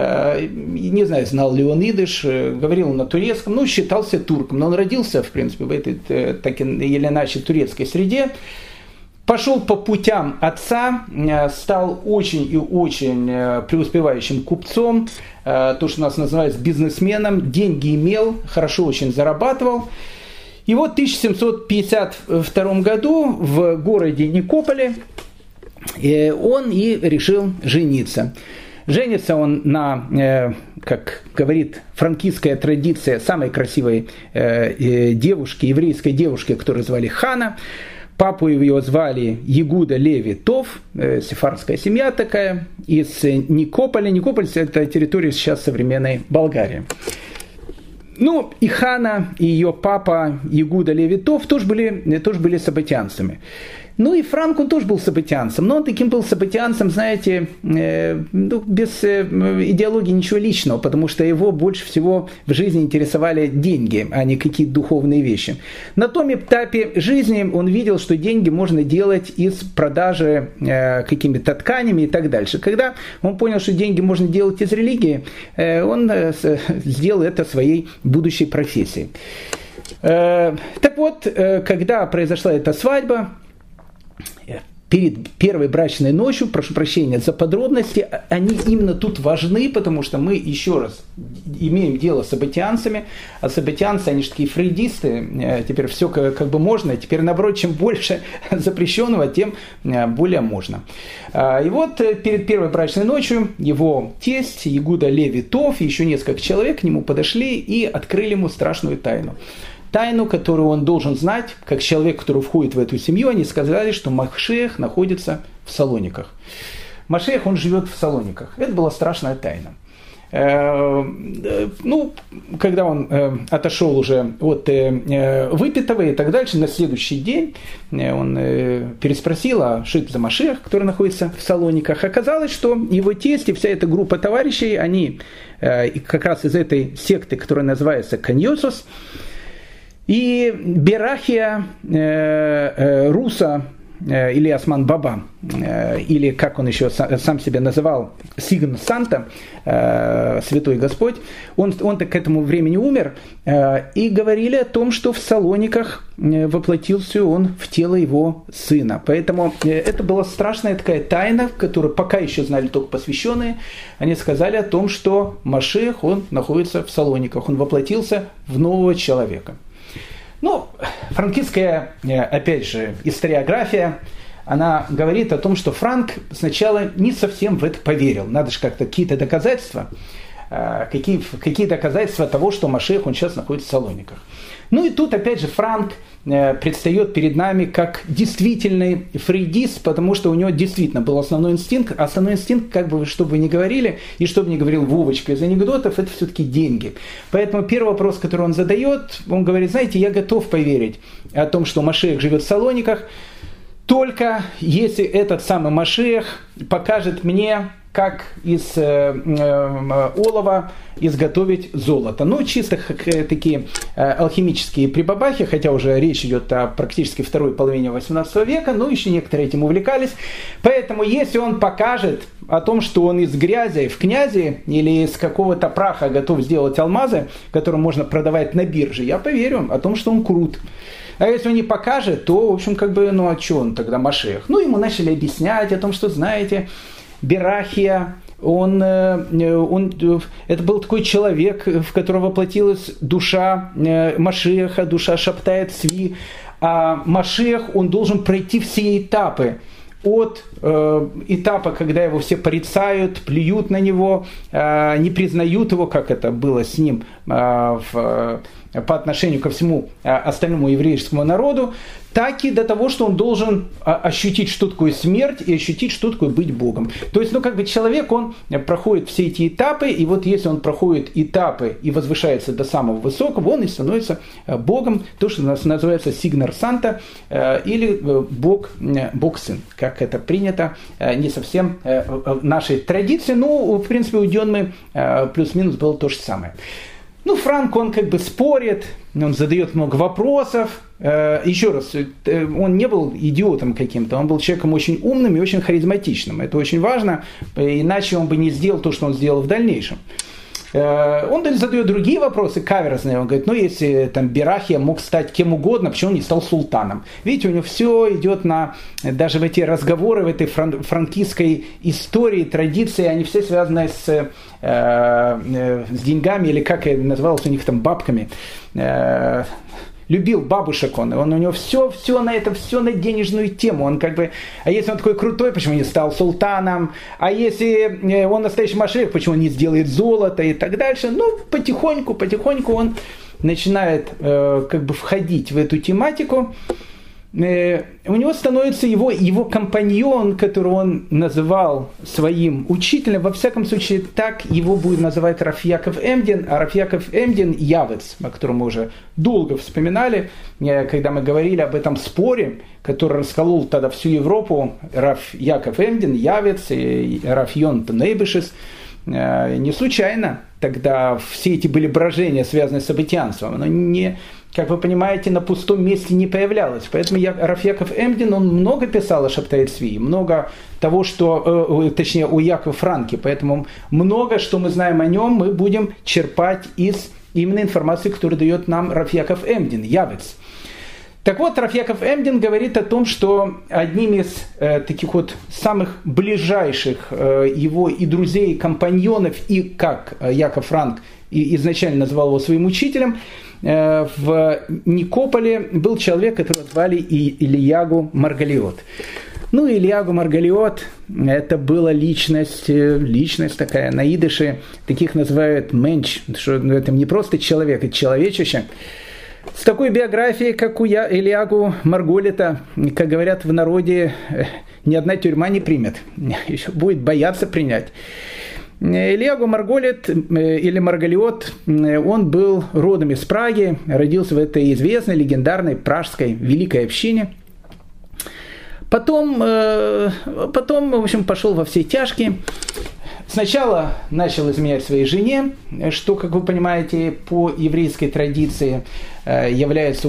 Не знаю, знал ли он идыш, говорил он на турецком, но считался турком. Но он родился, в принципе, в этой так или иначе турецкой среде. Пошел по путям отца, стал очень и очень преуспевающим купцом, то, что у нас называется бизнесменом, деньги имел, хорошо очень зарабатывал. И вот в 1752 году в городе Никополе он и решил жениться. Женится он на, как говорит франкистская традиция, самой красивой девушке, еврейской девушке, которую звали Хана. Папу его звали Ягуда Леви Тов, сефардская семья такая, из Никополя. Никополь – это территория сейчас современной Болгарии. Ну, и Хана, и ее папа Ягуда Леви Тов тоже были событянцами. Ну и Франк, он тоже был событянцем, но он таким был событянцем, знаете, без идеологии ничего личного, потому что его больше всего в жизни интересовали деньги, а не какие-то духовные вещи. На том этапе жизни он видел, что деньги можно делать из продажи какими-то тканями и так дальше. Когда он понял, что деньги можно делать из религии, он сделал это своей будущей профессией. Так вот, когда произошла эта свадьба, перед первой брачной ночью, прошу прощения за подробности, они именно тут важны, потому что мы еще раз имеем дело с событианцами, а событианцы, они же такие фрейдисты, теперь все как бы можно, теперь наоборот, чем больше запрещенного, тем более можно. И вот перед первой брачной ночью его тесть Ягуда Леви Тов и еще несколько человек к нему подошли и открыли ему страшную тайну. Тайну, которую он должен знать, как человек, который входит в эту семью, они сказали, что Машиах находится в Салониках. Машиах, он живет в Салониках. Это была страшная тайна. Ну, когда он отошел уже от выпитого и так дальше, на следующий день он переспросил, а что это за Машиах, который находится в Салониках. Оказалось, что его тесть и вся эта группа товарищей, они как раз из этой секты, которая называется Каньосос, и Берахия Руса или Осман Баба, или как он еще сам себя называл, Сигн Санта, Святой Господь, он-то к этому времени умер, и говорили о том, что в Салониках воплотился он в тело его сына. Поэтому это была страшная такая тайна, которую пока еще знали только посвященные. Они сказали о том, что Машиах, он находится в Салониках, он воплотился в нового человека. Ну, франкистская, опять же, историография, она говорит о том, что Франк сначала не совсем в это поверил. Надо же как-то какие-то доказательства, какие доказательства того, что Машиах, он сейчас находится в Салониках. Ну и тут, опять же, Франк предстает перед нами как действительный фрейдист, потому что у него действительно был основной инстинкт. Основной инстинкт, как бы, что бы ни говорили, и что бы ни говорил Вовочка из анекдотов, это все-таки деньги. Поэтому первый вопрос, который он задает, он говорит, знаете, я готов поверить о том, что Машиах живет в Салониках, только если этот самый Машиах покажет мне как из олова изготовить золото. Ну, чисто такие алхимические прибабахи, хотя уже речь идет о практически второй половине 18 века, но еще некоторые этим увлекались. Поэтому, если он покажет о том, что он из грязи в князи или из какого-то праха готов сделать алмазы, которые можно продавать на бирже, я поверю о том, что он крут. А если он не покажет, то, в общем, ну, а что он тогда Машиах? Ну, ему начали объяснять о том, что, знаете, Берахия, это был такой человек, в которого воплотилась душа Машиаха, душа Шабтай Цви, а Машиах, он должен пройти все этапы. От этапа, когда его все порицают, плюют на него, не признают его, как это было с ним по отношению ко всему остальному еврейскому народу, так и до того, что он должен ощутить, что такое смерть, и ощутить, что такое быть Богом. То есть, человек, он проходит все эти этапы, и вот если он проходит этапы и возвышается до самого высокого, он и становится Богом, то, что у нас называется Сигнар Санта, или Бог-сын, как это принято, не совсем в нашей традиции, но, в принципе, у Дёнмы плюс-минус было то же самое. Ну, Франк, он спорит, он задает много вопросов. Еще раз, он не был идиотом каким-то, он был человеком очень умным и очень харизматичным. Это очень важно, иначе он бы не сделал то, что он сделал в дальнейшем. Он задает другие вопросы, каверзные. Он говорит, если Берахия мог стать кем угодно, почему он не стал султаном? Видите, у него все идет даже в эти разговоры, в этой франкистской истории, традиции, они все связаны с деньгами, или как это называлось у них бабками. Любил бабушек он у него все на это, все на денежную тему. Он а если он такой крутой, почему не стал султаном? А если он настоящий Машиах, почему он не сделает золото и так дальше? Ну, потихоньку он начинает входить в эту тематику. У него становится его компаньон, которого он называл своим учителем, во всяком случае так его будет называть Раф Яков Эмдин, а Раф Яков Эмдин Явец, о котором мы уже долго вспоминали, когда мы говорили об этом споре, который расколол тогда всю Европу, Раф Яков Эмдин, Явец и Раф Йонатан Эйбешес. Не случайно тогда все эти были брожения, связанные с событиянством, но не, как вы понимаете, на пустом месте не появлялось. Поэтому Раф Яков Эмдин, он много писал о Шабтай Цви, много того, что, точнее, о Якове Франке. Поэтому много, что мы знаем о нем, мы будем черпать из именно информации, которую дает нам Раф Яков Эмдин, Явец. Так вот, Раф Яков Эмдин говорит о том, что одним из таких самых ближайших его и друзей, и компаньонов, и как Яков Франк изначально назвал его своим учителем, в Никополе был человек, которого звали Ильягу Маргалиот. Ну, Ильягу Маргалиот, это была личность такая, на идыше таких называют менч, что это не просто человек, это человечище. С такой биографией, как у Ильягу Марголита, как говорят в народе, ни одна тюрьма не примет, еще будет бояться принять. Ильягу Марголит или Маргалиот, он был родом из Праги, родился в этой известной, легендарной пражской великой общине. Потом, в общем, пошел во все тяжкие. Сначала начал изменять своей жене, что, как вы понимаете, по еврейской традиции является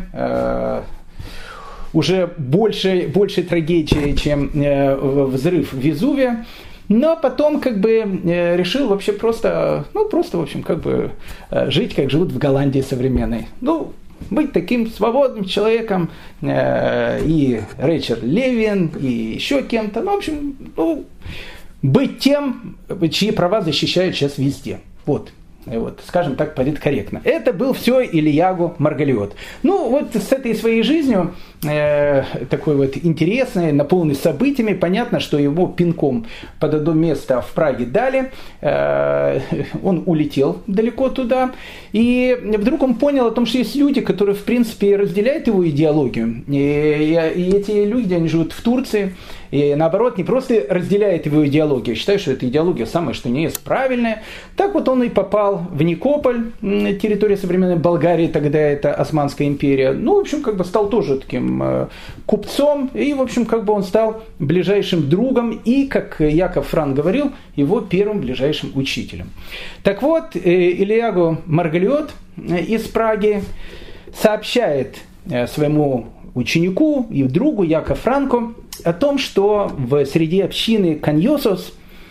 уже большей трагедией, чем взрыв Везувия. Но потом решил вообще просто в общем, жить, как живут в Голландии современной. Быть таким свободным человеком, и Рэйчел Левин, и еще кем-то. В общем, быть тем, чьи права защищают сейчас везде. Вот, скажем так, политкорректно. Это был все Ильягу Маргалиот. С этой своей жизнью, такой интересной, наполненной событиями, понятно, что его пинком под одно место в Праге дали. Он улетел далеко туда. И вдруг он понял о том, что есть люди, которые, в принципе, разделяют его идеологию. И эти люди, они живут в Турции. и наоборот, не просто разделяет его идеологию, считает, что эта идеология самая, что не есть, правильная. Так вот он и попал в Никополь, территория современной Болгарии, тогда это Османская империя. Ну, в общем, как бы стал тоже таким купцом, и, в общем, как бы он стал ближайшим другом и, как Яков Франк говорил, его первым ближайшим учителем. Так вот, Ильягу Маргалиот из Праги сообщает своему ученику и другу Якову Франку о том, что в среде общины Каньосос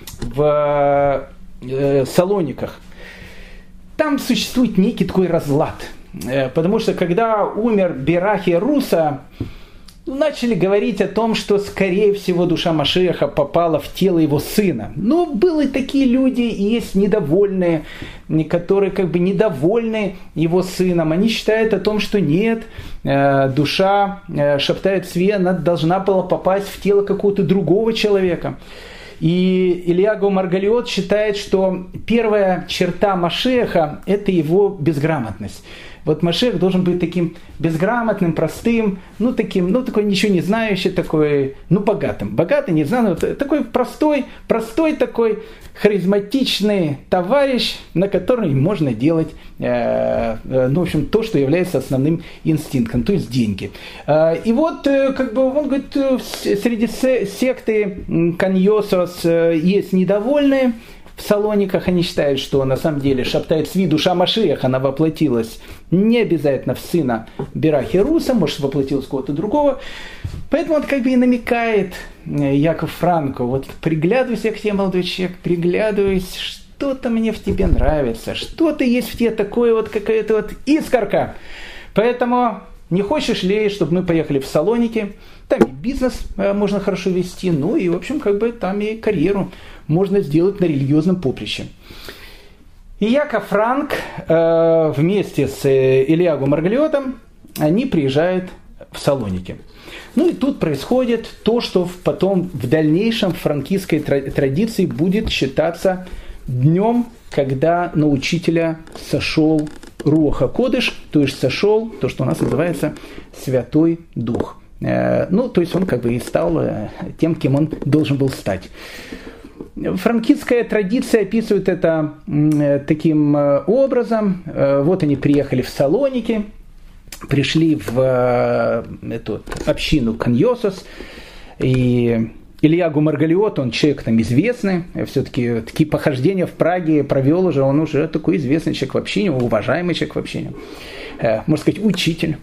в Салониках там существует некий такой разлад. Потому что когда умер Берахия Руса, начали говорить о том, что, скорее всего, душа Машиаха попала в тело его сына. Но были такие люди, и есть недовольные, которые как бы недовольны его сыном. Они считают о том, что нет, душа Шабтай Цви, она должна была попасть в тело какого-то другого человека. И Ильягу Маргалиот считает, что первая черта Машиаха – это его безграмотность. Вот Машиах должен быть таким безграмотным, простым, такой ничего не знающий, такой, богатым. Богатый, не знаю, такой простой такой харизматичный товарищ, на который можно делать, в общем, то, что является основным инстинктом, то есть деньги. И вот, как бы, он говорит, среди секты Каньосос есть недовольные. В Салониках они считают, что на самом деле Шабтай Цви, душа Машиаха, она воплотилась не обязательно в сына Берахи Руса, может, воплотилась в кого-то другого. Поэтому он как бы и намекает Яков Франку, вот приглядывайся к тебе, молодой человек, приглядывайся, что-то мне в тебе нравится, что-то есть в тебе такое вот, какая-то вот искорка. Поэтому не хочешь ли, чтобы мы поехали в Салоники? Там и бизнес можно хорошо вести, и, в общем, как бы там и карьеру можно сделать на религиозном поприще. И Яков Франк вместе с Ильягу Маргалиотом, они приезжают в Салоники. И тут происходит то, что потом в дальнейшем в франкистской традиции будет считаться днем, когда на учителя сошел Руах ха-Кодеш, то есть сошел то, что у нас называется Святой Дух. То есть он как бы и стал тем, кем он должен был стать. Франкистская традиция описывает это таким образом. Вот они приехали в Салоники, пришли в эту общину Каньосос, и Ильягу Маргалиот, он человек там известный, все-таки такие похождения в Праге провел уже, он уже такой известный человек в общине, уважаемый человек в общине, можно сказать, учитель.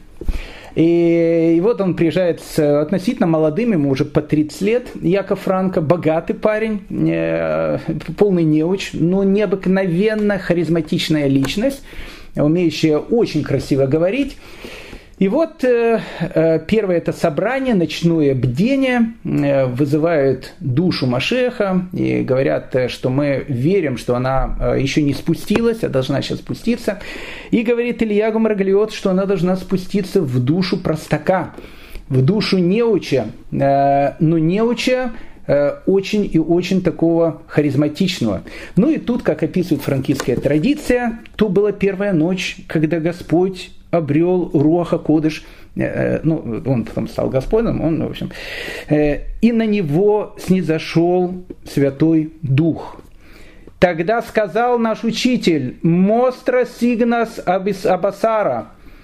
И вот он приезжает с относительно молодым, ему уже по 30 лет, Яков Франко, богатый парень, полный неуч, но необыкновенно харизматичная личность, умеющая очень красиво говорить. И вот первое это собрание, ночное бдение, вызывает душу Машиаха и говорят, что мы верим, что она еще не спустилась, а должна сейчас спуститься. И говорит Ильягу Маргалиот, что она должна спуститься в душу простака, в душу неуча, но неуча очень и очень такого харизматичного. И тут, как описывает франкистская традиция, то была первая ночь, когда Господь обрел Руах ха-Кодеш, он потом стал Господом, он, в общем, и на него снизошел Святой Дух. Тогда сказал наш учитель: «Мостра сигнас абасара»,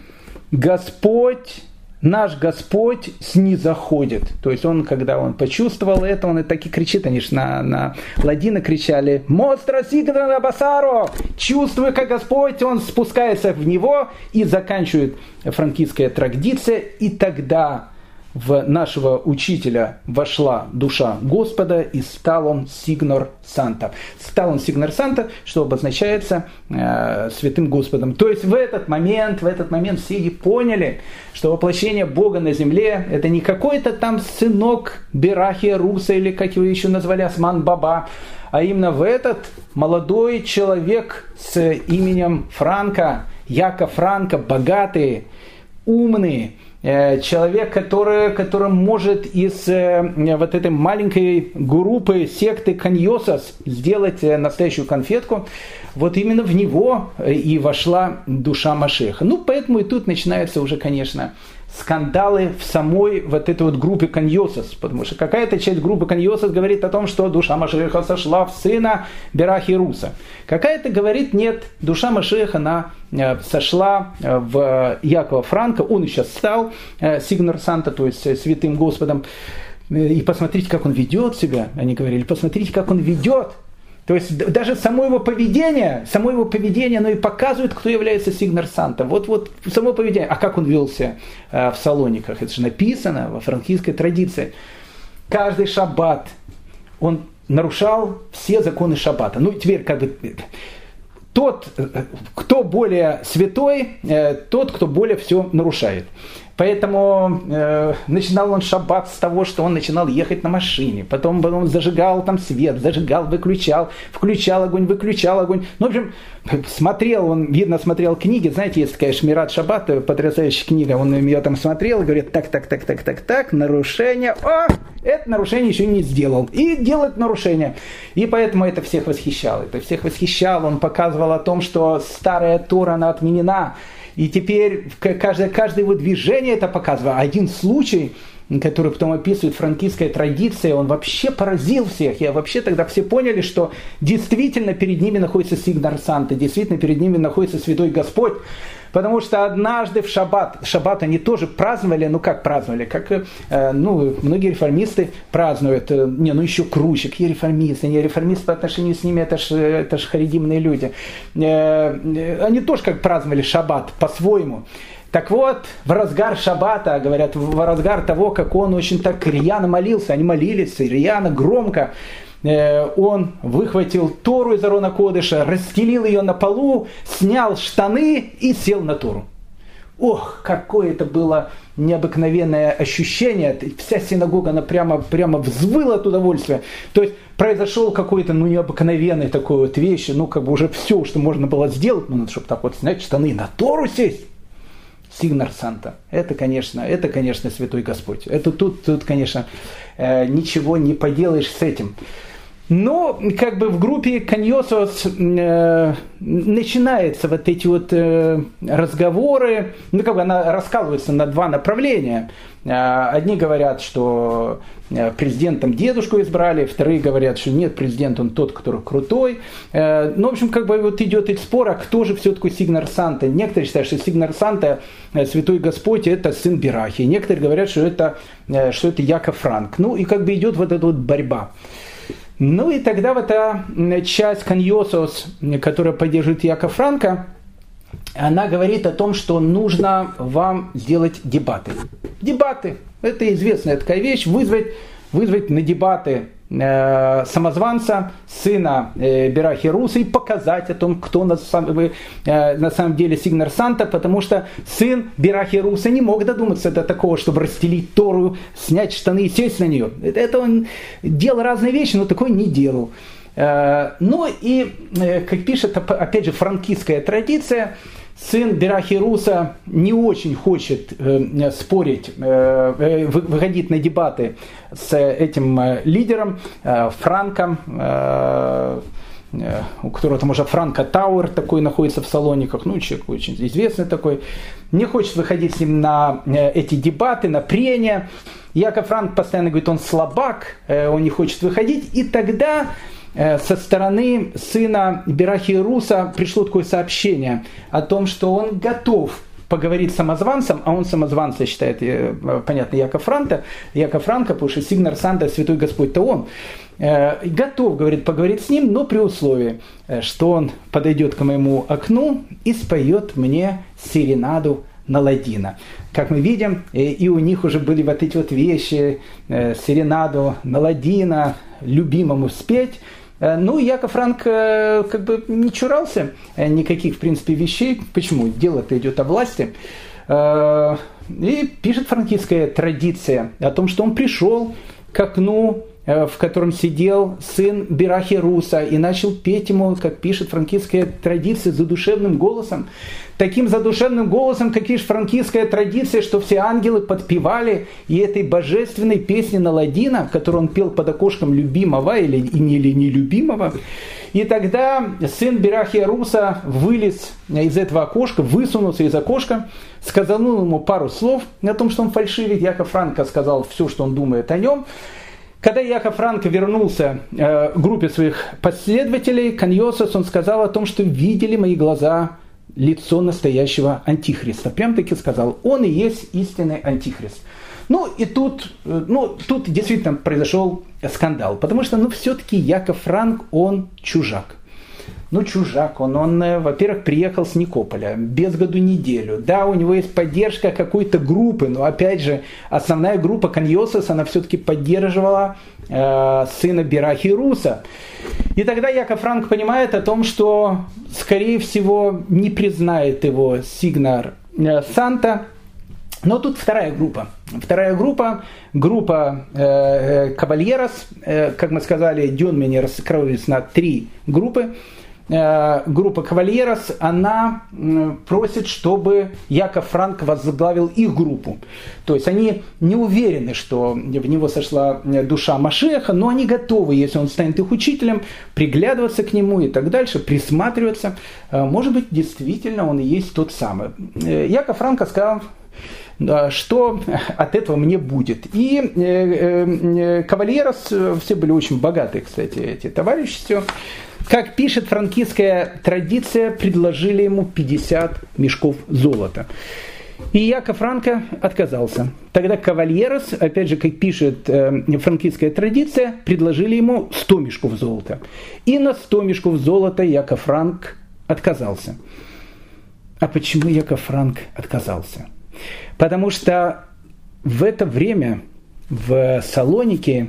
наш Господь снизоходит. То есть он, когда он почувствовал это, он и так и кричит, они же на ладино кричали: «Мостра сигнас абасаро», чувствуя, как Господь, он спускается в него, и заканчивает франкистская традиция, и тогда в нашего учителя вошла душа Господа, и стал он сигнор санта. Стал он сигнор санта, что обозначается святым Господом. То есть в этот момент все и поняли, что воплощение Бога на земле это не какой-то там сынок Берахия Руса, или как его еще назвали, Осман Баба, а именно в этот молодой человек с именем Франко, Яков Франко, богатый, умный, человек, который может из вот этой маленькой группы секты Каньосос сделать настоящую конфетку, вот именно в него и вошла душа Машиаха. Поэтому и тут начинается уже, конечно, скандалы в самой вот этой вот группе Каньосос, потому что какая-то часть группы Каньосос говорит о том, что душа Машиаха сошла в сына Берахи Руса. Какая-то говорит, нет, душа Машиаха, она сошла в Якова Франка, он и сейчас стал Сигнар Санта, то есть святым Господом. И посмотрите, как он ведет себя, они говорили, посмотрите, как он ведет. То есть даже само его поведение, оно и показывает, кто является Сигнар Санта. Вот само поведение. А как он вел себя в Салониках? Это же написано во франкийской традиции. Каждый шаббат он нарушал все законы шаббата. Ну, теперь как бы тот, кто более святой, тот, кто более все нарушает. Поэтому начинал он шаббат с того, что он начинал ехать на машине. Потом он зажигал там свет, зажигал, выключал, включал огонь, выключал огонь. Ну, в общем, смотрел книги. Знаете, есть такая Шмират Шаббат, потрясающая книга. Он ее там смотрел и говорит, так, нарушение. Это нарушение еще не сделал. И делает нарушение. И поэтому это всех восхищало. Он показывал о том, что старая Тора, она отменена. И теперь каждое его движение это показывает. Один случай, который потом описывает франкийская традиция, он вообще поразил всех. И вообще тогда все поняли, что действительно перед ними находится Сигнар Санта, действительно перед ними находится Святой Господь. Потому что однажды в шаббат они тоже праздновали, как многие реформисты празднуют, еще круче, какие реформисты, не реформисты по отношению с ними, это ж харидимные люди. Они тоже как праздновали шаббат по-своему. Так вот, в разгар шаббата, говорят, в разгар того, как он очень так рьяно молился, они молились рьяно, громко, он выхватил Тору из Арона Кодыша, расстелил ее на полу, снял штаны и сел на Тору. Ох, какое это было необыкновенное ощущение. Вся синагога, она прямо взвыла от удовольствия. То есть произошел какой-то необыкновенный такой вот вещь, уже все, что можно было сделать, чтобы так вот снять штаны и на Тору сесть. Сигнар Санта. Это, конечно, Святой Господь. Это тут, конечно, ничего не поделаешь с этим. Но в группе Каньосос начинаются вот эти вот разговоры, она раскалывается на два направления. Одни говорят, что президентом дедушку избрали, вторые говорят, что нет, президент он тот, который крутой. В общем, идет этот спор, а кто же все-таки Сигнар Санта. Некоторые считают, что Сигнар Санта, Святой Господь, это сын Берахи. Некоторые говорят, что это Яков Франк. Идет вот эта вот борьба. И тогда вот эта часть Каньосос, которая поддерживает Якова Франка, она говорит о том, что нужно вам сделать дебаты. Дебаты. Это известная такая вещь. Вызвать на дебаты самозванца, сына Берахи Руса, и показать о том, кто на самом деле Сигнар Санта, потому что сын Берахи Руса не мог додуматься до такого, чтобы расстелить Тору, снять штаны и сесть на нее. Это он делал разные вещи, но такое не делал. Как пишет, опять же, франкистская традиция, сын Берахи Руса не очень хочет спорить, выходить на дебаты с этим лидером, Франком, у которого там уже Франко Тауэр такой находится в Салониках, человек очень известный такой, не хочет выходить с ним на эти дебаты, на прения. Яков Франк постоянно говорит, он слабак, он не хочет выходить, и тогда со стороны сына Берахи Руса пришло такое сообщение о том, что он готов поговорить с самозванцем, а он самозванца считает, понятно, Яков Франка, потому что Сигнар Санта, Святой Господь-то он, готов, говорит, поговорить с ним, но при условии, что он подойдет к моему окну и споет мне серенаду на ладина. Как мы видим, и у них уже были вот эти вот вещи, серенаду на ладина, любимому спеть. Яков Франк не чурался никаких, в принципе, вещей. Почему? Дело-то идет о власти. И пишет франкистская традиция о том, что он пришел к окну, в котором сидел сын Берахи Руса, и начал петь ему, как пишет франкистская традиция, задушевным голосом. Таким задушевным голосом, как пишет франкистская традиция, что все ангелы подпевали и этой божественной песни на ладина, которую он пел под окошком любимого или нелюбимого. И тогда сын Берахия Руса вылез из этого окошка, высунулся из окошка, сказанул ему пару слов о том, что он фальшивит. Яков Франко сказал все, что он думает о нем. Когда Яков Франко вернулся к группе своих последователей, Каньосос, он сказал о том, что видели мои глаза лицо настоящего антихриста. Прям таки сказал, он и есть истинный антихрист. Ну и тут действительно произошел скандал, потому что все-таки Яков Франк, он чужак. Чужак он, во-первых, приехал с Никополя, без году неделю. Да, у него есть поддержка какой-то группы, но, опять же, основная группа Каньосос, она все-таки поддерживала сына Берахии Руса. И тогда Яков Франк понимает о том, что, скорее всего, не признает его Сигнар Санта. Но тут вторая группа. Группа Кавальерос, как мы сказали, Дёнмени раскроились на 3 группы. Группа Кавальерос, она просит, чтобы Яков Франк возглавил их группу. То есть они не уверены, что в него сошла душа Машеха, но они готовы, если он станет их учителем, приглядываться к нему и так дальше, присматриваться. Может быть, действительно он и есть тот самый. Яков Франк сказал, что от этого мне будет. И Кавальерос, все были очень богатые, кстати, эти товарищи. Как пишет франкистская традиция, предложили ему 50 мешков золота. И Яков Франко отказался. Тогда Кавальерос, опять же, как пишет франкистская традиция, предложили ему 100 мешков золота. И на 100 мешков золота Яков Франк отказался. А почему Яков Франк отказался? Потому что в это время в Салоники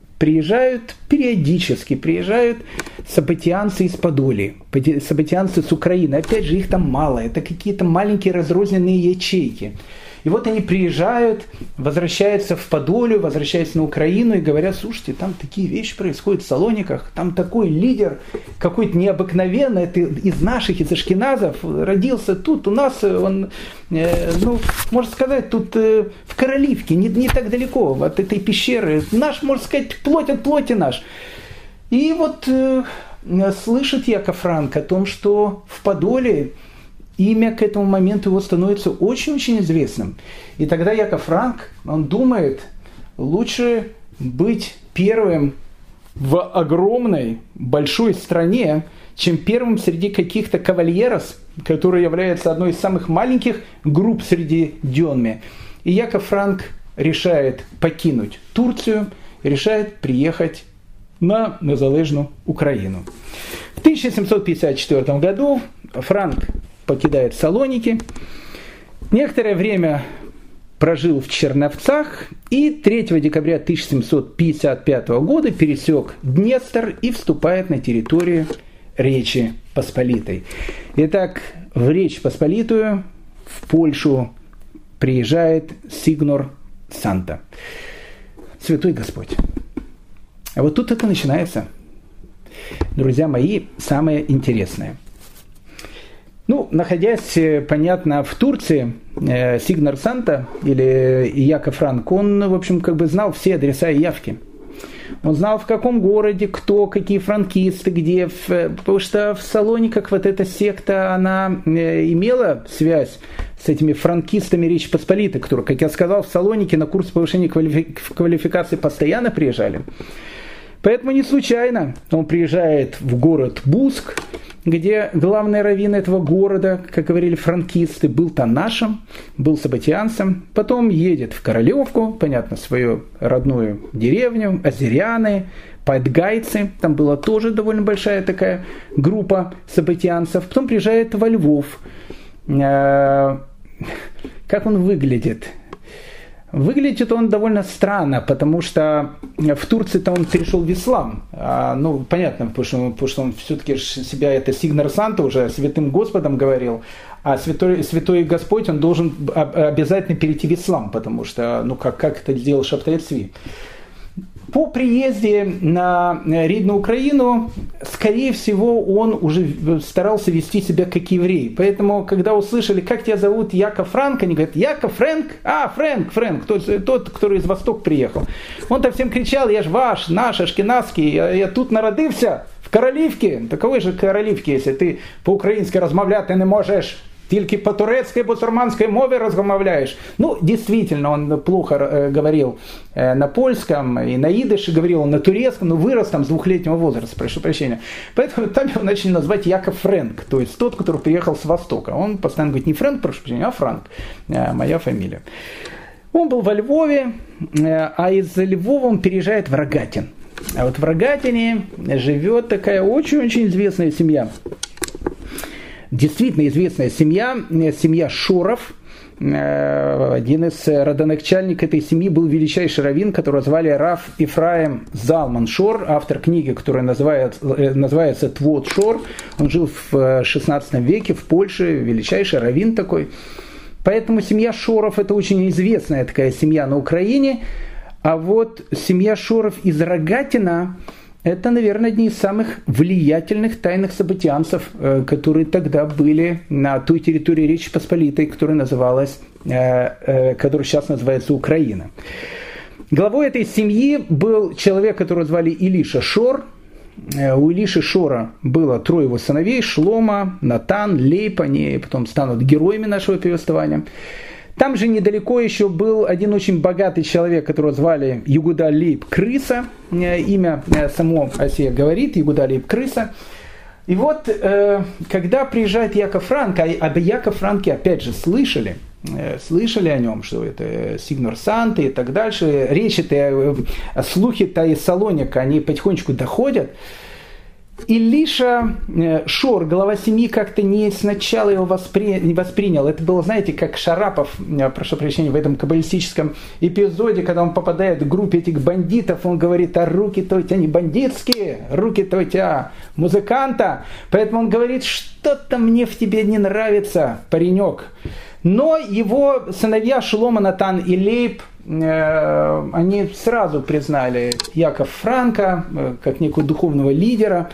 периодически приезжают событианцы из Подолии, событианцы с Украины. Опять же, их там мало, это какие-то маленькие разрозненные ячейки. И вот они приезжают, возвращаются в Подолию, возвращаются на Украину и говорят, слушайте, там такие вещи происходят в Салониках, там такой лидер какой-то необыкновенный, это из наших, из ашкеназов, родился тут, у нас он, можно сказать, тут в Короливке, не так далеко от этой пещеры, наш, можно сказать, плоть от плоти наш. И вот слышит Яков Франк о том, что в Подолии имя к этому моменту его становится очень-очень известным. И тогда Яков Франк, он думает, лучше быть первым в огромной, большой стране, чем первым среди каких-то кавальерос, которые являются одной из самых маленьких групп среди Дёнми. И Яков Франк решает покинуть Турцию, решает приехать на незалежную Украину. В 1754 году Франк покидает Салоники, некоторое время прожил в Черновцах и 3 декабря 1755 года пересек Днестр и вступает на территорию Речи Посполитой. Итак, в Речь Посполитую, в Польшу, приезжает Сигнор Санта. Святой Господь. А вот тут это начинается, друзья мои, самое интересное. Находясь, понятно, в Турции, Сигнор Санта или Яков Франк, он, в общем, знал все адреса и явки. Он знал, в каком городе, кто, какие франкисты, где. Потому что в Салониках вот эта секта, она имела связь с этими франкистами Речи Посполитой, которые, как я сказал, в Салонике на курс повышения квалификации постоянно приезжали. Поэтому не случайно он приезжает в город Буск, где главный раввин этого города, как говорили франкисты, был Танашем, был событианцем. Потом едет в Королевку, понятно, свою родную деревню, азеряны, подгайцы. Там была тоже довольно большая такая группа событианцев. Потом приезжает во Львов. Как он выглядит? Выглядит он довольно странно, потому что в Турции-то он перешел в ислам. Понятно, потому что он все-таки себя, это Сигнор Санта, уже святым Господом говорил, а святой Господь, он должен обязательно перейти в ислам, потому что, как это сделал Шабтай Цви. По приезде на Ридную Украину, скорее всего, он уже старался вести себя как еврей. Поэтому, когда услышали, как тебя зовут, Яков Франк, они говорят, Яков Фрэнк? Фрэнк, тот, который из Востока приехал. Он там всем кричал, я ж ваш, наш, ашкеназский, я тут народился, В Королівці? Такової же Королівки, если ты по-украински размовлять не можешь, только по-турецкой, по-сурманской мове разговариваешь. Ну, действительно, он плохо говорил на польском и на идыше, говорил он на турецком, но вырос там с 2-летнего возраста, прошу прощения. Поэтому там его начали называть Яков Фрэнк, то есть тот, который приехал с Востока. Он постоянно говорит не Фрэнк, прошу прощения, а Франк, моя фамилия. Он был во Львове, а из Львова он переезжает в Рогатин. А вот в Рогатине живет такая очень-очень известная семья. Действительно известная семья, семья Шоров. Один из родоначальников этой семьи был величайший раввин, которого звали Рав Ифраим Залман Шор, автор книги, которая называется «Твот Шор». Он жил в 16 веке в Польше, величайший раввин такой. Поэтому семья Шоров – это очень известная такая семья на Украине. А вот семья Шоров из Рогатина – это, наверное, одни из самых влиятельных тайных событианцев, которые тогда были на той территории Речи Посполитой, которая сейчас называется Украина. Главой этой семьи был человек, которого звали Илиша Шор. У Илиши Шора было 3 его сыновей: Шлома, Натан, Лейб. Они потом станут героями нашего повествования. Там же недалеко еще был один очень богатый человек, которого звали Егуда Лейб Крыса. Имя само о себе говорит, Егуда Лейб Крыса. И вот, когда приезжает Яков Франк, а об Яков Франке опять же слышали о нем, что это Сигнор Санта и так дальше. Речи-то, слухи-то из Салоника, они потихонечку доходят. Илиша Шор, глава семьи, как-то не сначала его не воспринял. Это было, знаете, как Шарапов, прошу прощения, в этом каббалистическом эпизоде, когда он попадает в группу этих бандитов, он говорит: а руки-то у тебя не бандитские, руки-то у тебя музыканта. Поэтому он говорит: что-то мне в тебе не нравится, паренек. Но его сыновья Шлома, Натан и Лейб, они сразу признали Якова Франка как некого духовного лидера.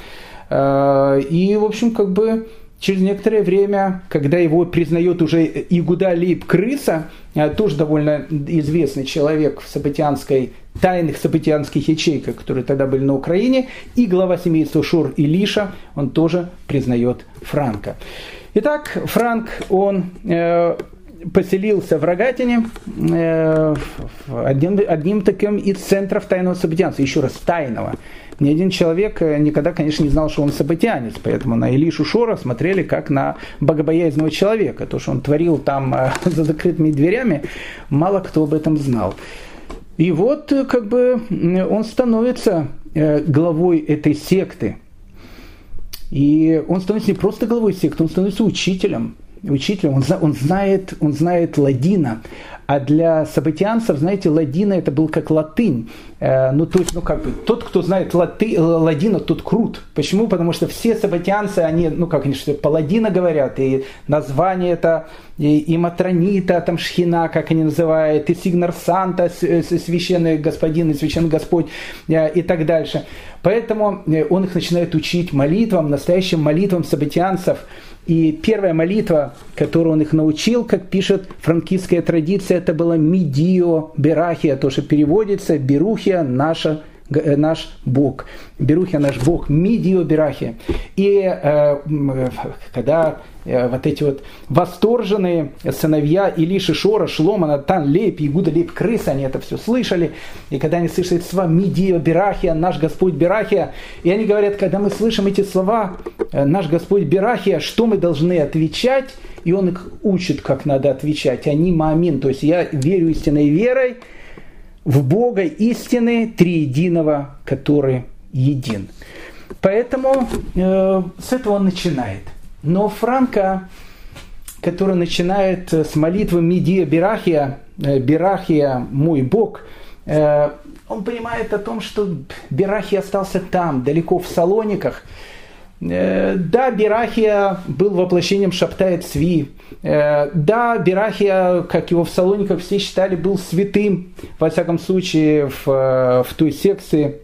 И, в общем, как бы через некоторое время, когда его признает уже Егуда Лейб Крыса, тоже довольно известный человек в тайных событианских ячейках, которые тогда были на Украине, и глава семейства Шор Илиша, он тоже признает Франка. Итак, Франк, он поселился в Рогатине, одним таким из центров тайного событианства, еще раз, тайного. Ни один человек никогда, конечно, не знал, что он событианец, поэтому на Илишу Шора смотрели как на богобоязненного человека. То, что он творил там за закрытыми дверями, мало кто об этом знал. И вот, как бы, он становится главой этой секты. И он становится не просто главой секты, он становится учителем. Он знает ладина. А для событианцев, знаете, ладина это был как латынь. Тот, кто знает ладина, тот крут. Почему? Потому что все событианцы, они по-ладино говорят, и название это, и Матронита, там Шхина, как они называют, и Сигнор Санта, священный господин и священный Господь, и так дальше. Поэтому он их начинает учить молитвам, настоящим молитвам событианцев. И первая молитва, которую он их научил, как пишет франкистская традиция, это была «Мидио Берахия», то, что переводится «Берухия наш Бог». «Берухия наш Бог», «Мидио Берахия». И когда вот эти вот восторженные сыновья Илиши Шора, Шлома, Натан, Лейб, Егуда Лейб Крыса, они это все слышали. И когда они слышат эти слова «Мидио Берахия», «Наш Господь Берахия», и они говорят, когда мы слышим эти слова «Наш Господь Берахия», что мы должны отвечать? И он их учит, как надо отвечать. Они маамин, то есть я верю истинной верой в Бога истины триединого, который един. Поэтому с этого он начинает. Но Франка, который начинает с молитвы «Мидия Берахия», «Берахия мой Бог», он понимает о том, что Берахия остался там, далеко в Салониках. Да, Берахия был воплощением Шабтай Цви. Да, Берахия, как его в Салониках все считали, был святым, во всяком случае, в той секте,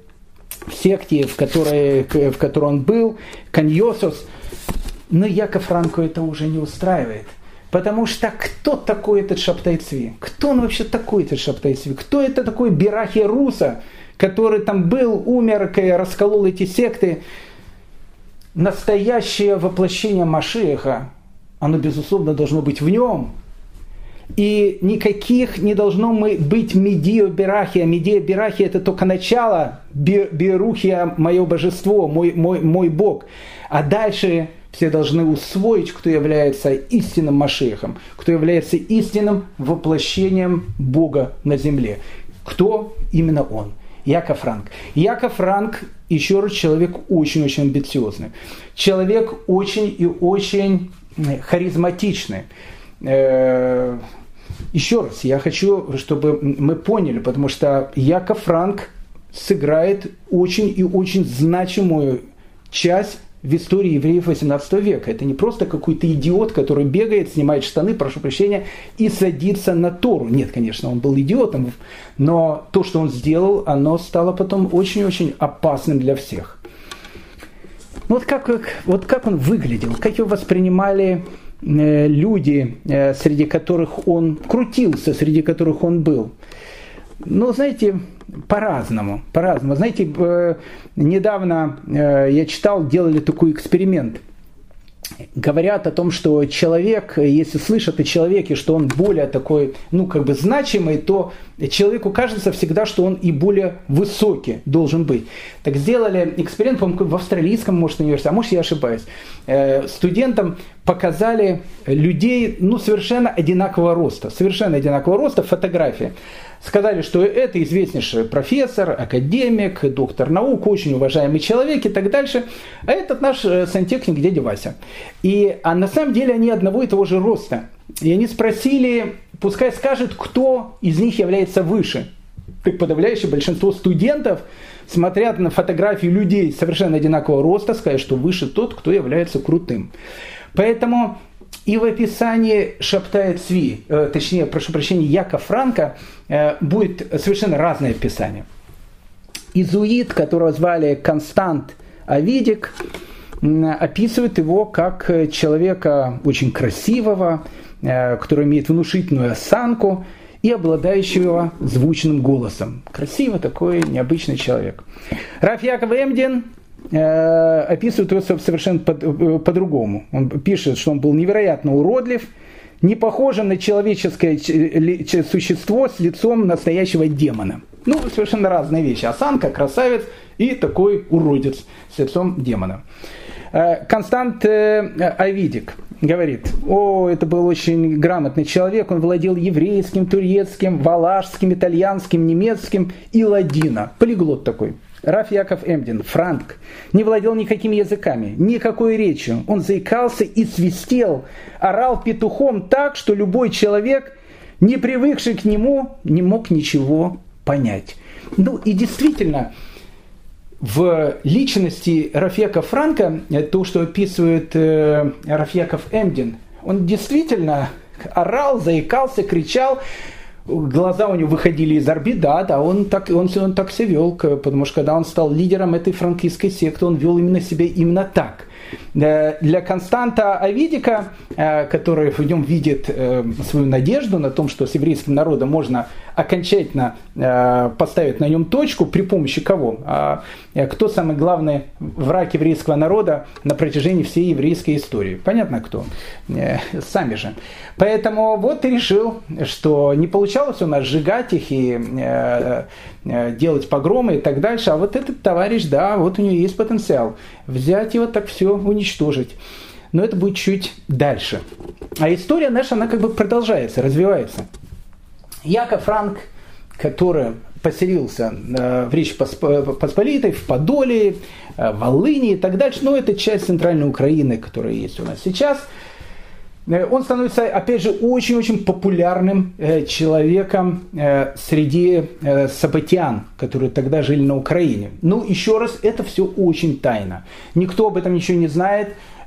в которой он был, Каньосос. Но Яков Франку это уже не устраивает. Потому что кто такой этот Шабтай Цви? Кто он вообще такой, этот Шабтай Цви? Кто это такой Берахия Руса, который там был, умер, расколол эти секты? настоящее воплощение Машиаха, оно, безусловно, должно быть в нем. И никаких не должно быть медио берахи. А медио берахи – это только начало. Берухия – мое божество, мой Бог. А дальше все должны усвоить, кто является истинным Машиахом, кто является истинным воплощением Бога на земле. Кто? Именно он. Яков Франк. Яков Франк, еще раз, человек очень-очень амбициозный. Человек очень и очень харизматичный. Еще раз, я хочу, чтобы мы поняли, потому что Яков Франк сыграет очень и очень значимую часть в истории евреев XVIII века. Это не просто какой-то идиот, который бегает, снимает штаны, прошу прощения, и садится на Тору. Нет, конечно, он был идиотом, но то, что он сделал, оно стало потом очень-очень опасным для всех. Вот как он выглядел, как его воспринимали люди, среди которых он крутился, среди которых он был. Ну, знаете, по-разному. Знаете, недавно я читал, делали такой эксперимент. Говорят о том, что человек, если слышат о человеке, что он более такой, значимый, то человеку кажется всегда, что он и более высокий должен быть. Так сделали эксперимент, по-моему, в австралийском, университете, а может, я ошибаюсь. Студентам показали людей, совершенно одинакового роста фотографии. Сказали, что это известнейший профессор, академик, доктор наук, очень уважаемый человек и так дальше. А этот наш сантехник дядя Вася. А на самом деле они одного и того же роста. И они спросили, пускай скажет, кто из них является выше. Так подавляющее большинство студентов, смотря на фотографии людей совершенно одинакового роста, скажут, что выше тот, кто является крутым. Поэтому и в описании Шабтай Цви, Якова Франка, будет совершенно разное описание. Изуит, которого звали Констант Авидик, описывает его как человека очень красивого, который имеет внушительную осанку и обладающего звучным голосом. Красивый такой необычный человек. Раф Яков Эмдин описывает его совершенно по-другому. Он пишет, что он был невероятно уродлив, не похожим на человеческое существо с лицом настоящего демона. Совершенно разные вещи. Осанка, красавец и такой уродец с лицом демона. Констант Авидик говорит, это был очень грамотный человек, он владел еврейским, турецким, валашским, итальянским, немецким и ладино. Полиглот такой. Раф Яков Эмдин, Франк, не владел никакими языками, никакой речью. Он заикался и свистел, орал петухом так, что любой человек, не привыкший к нему, не мог ничего понять. И действительно, в личности Раф Якова Франка, то, что описывает Раф Яков Эмдин, он действительно орал, заикался, кричал, глаза у него выходили из орбит, он так себя вел, потому что когда он стал лидером этой франкистской секты, он вел себя именно так. Для Константа Авидика, который в нем видит свою надежду на том, что с еврейским народом можно окончательно поставить на нем точку, при помощи кого? Кто самый главный враг еврейского народа на протяжении всей еврейской истории? Понятно, кто? Сами же. Поэтому и решил, что не получалось у нас сжигать их и делать погромы и так дальше, а этот товарищ, у него есть потенциал взять его так все уничтожить. Но это будет чуть дальше. А история наша, она продолжается, развивается. Яков Франк, который поселился в Речи Посполитой, в Подоле, в Волыни и так дальше, это часть центральной Украины, которая есть у нас сейчас, он становится, опять же, очень-очень популярным человеком среди сабатиан, которые тогда жили на Украине. Еще раз, это все очень тайно. Никто об этом ничего не знает.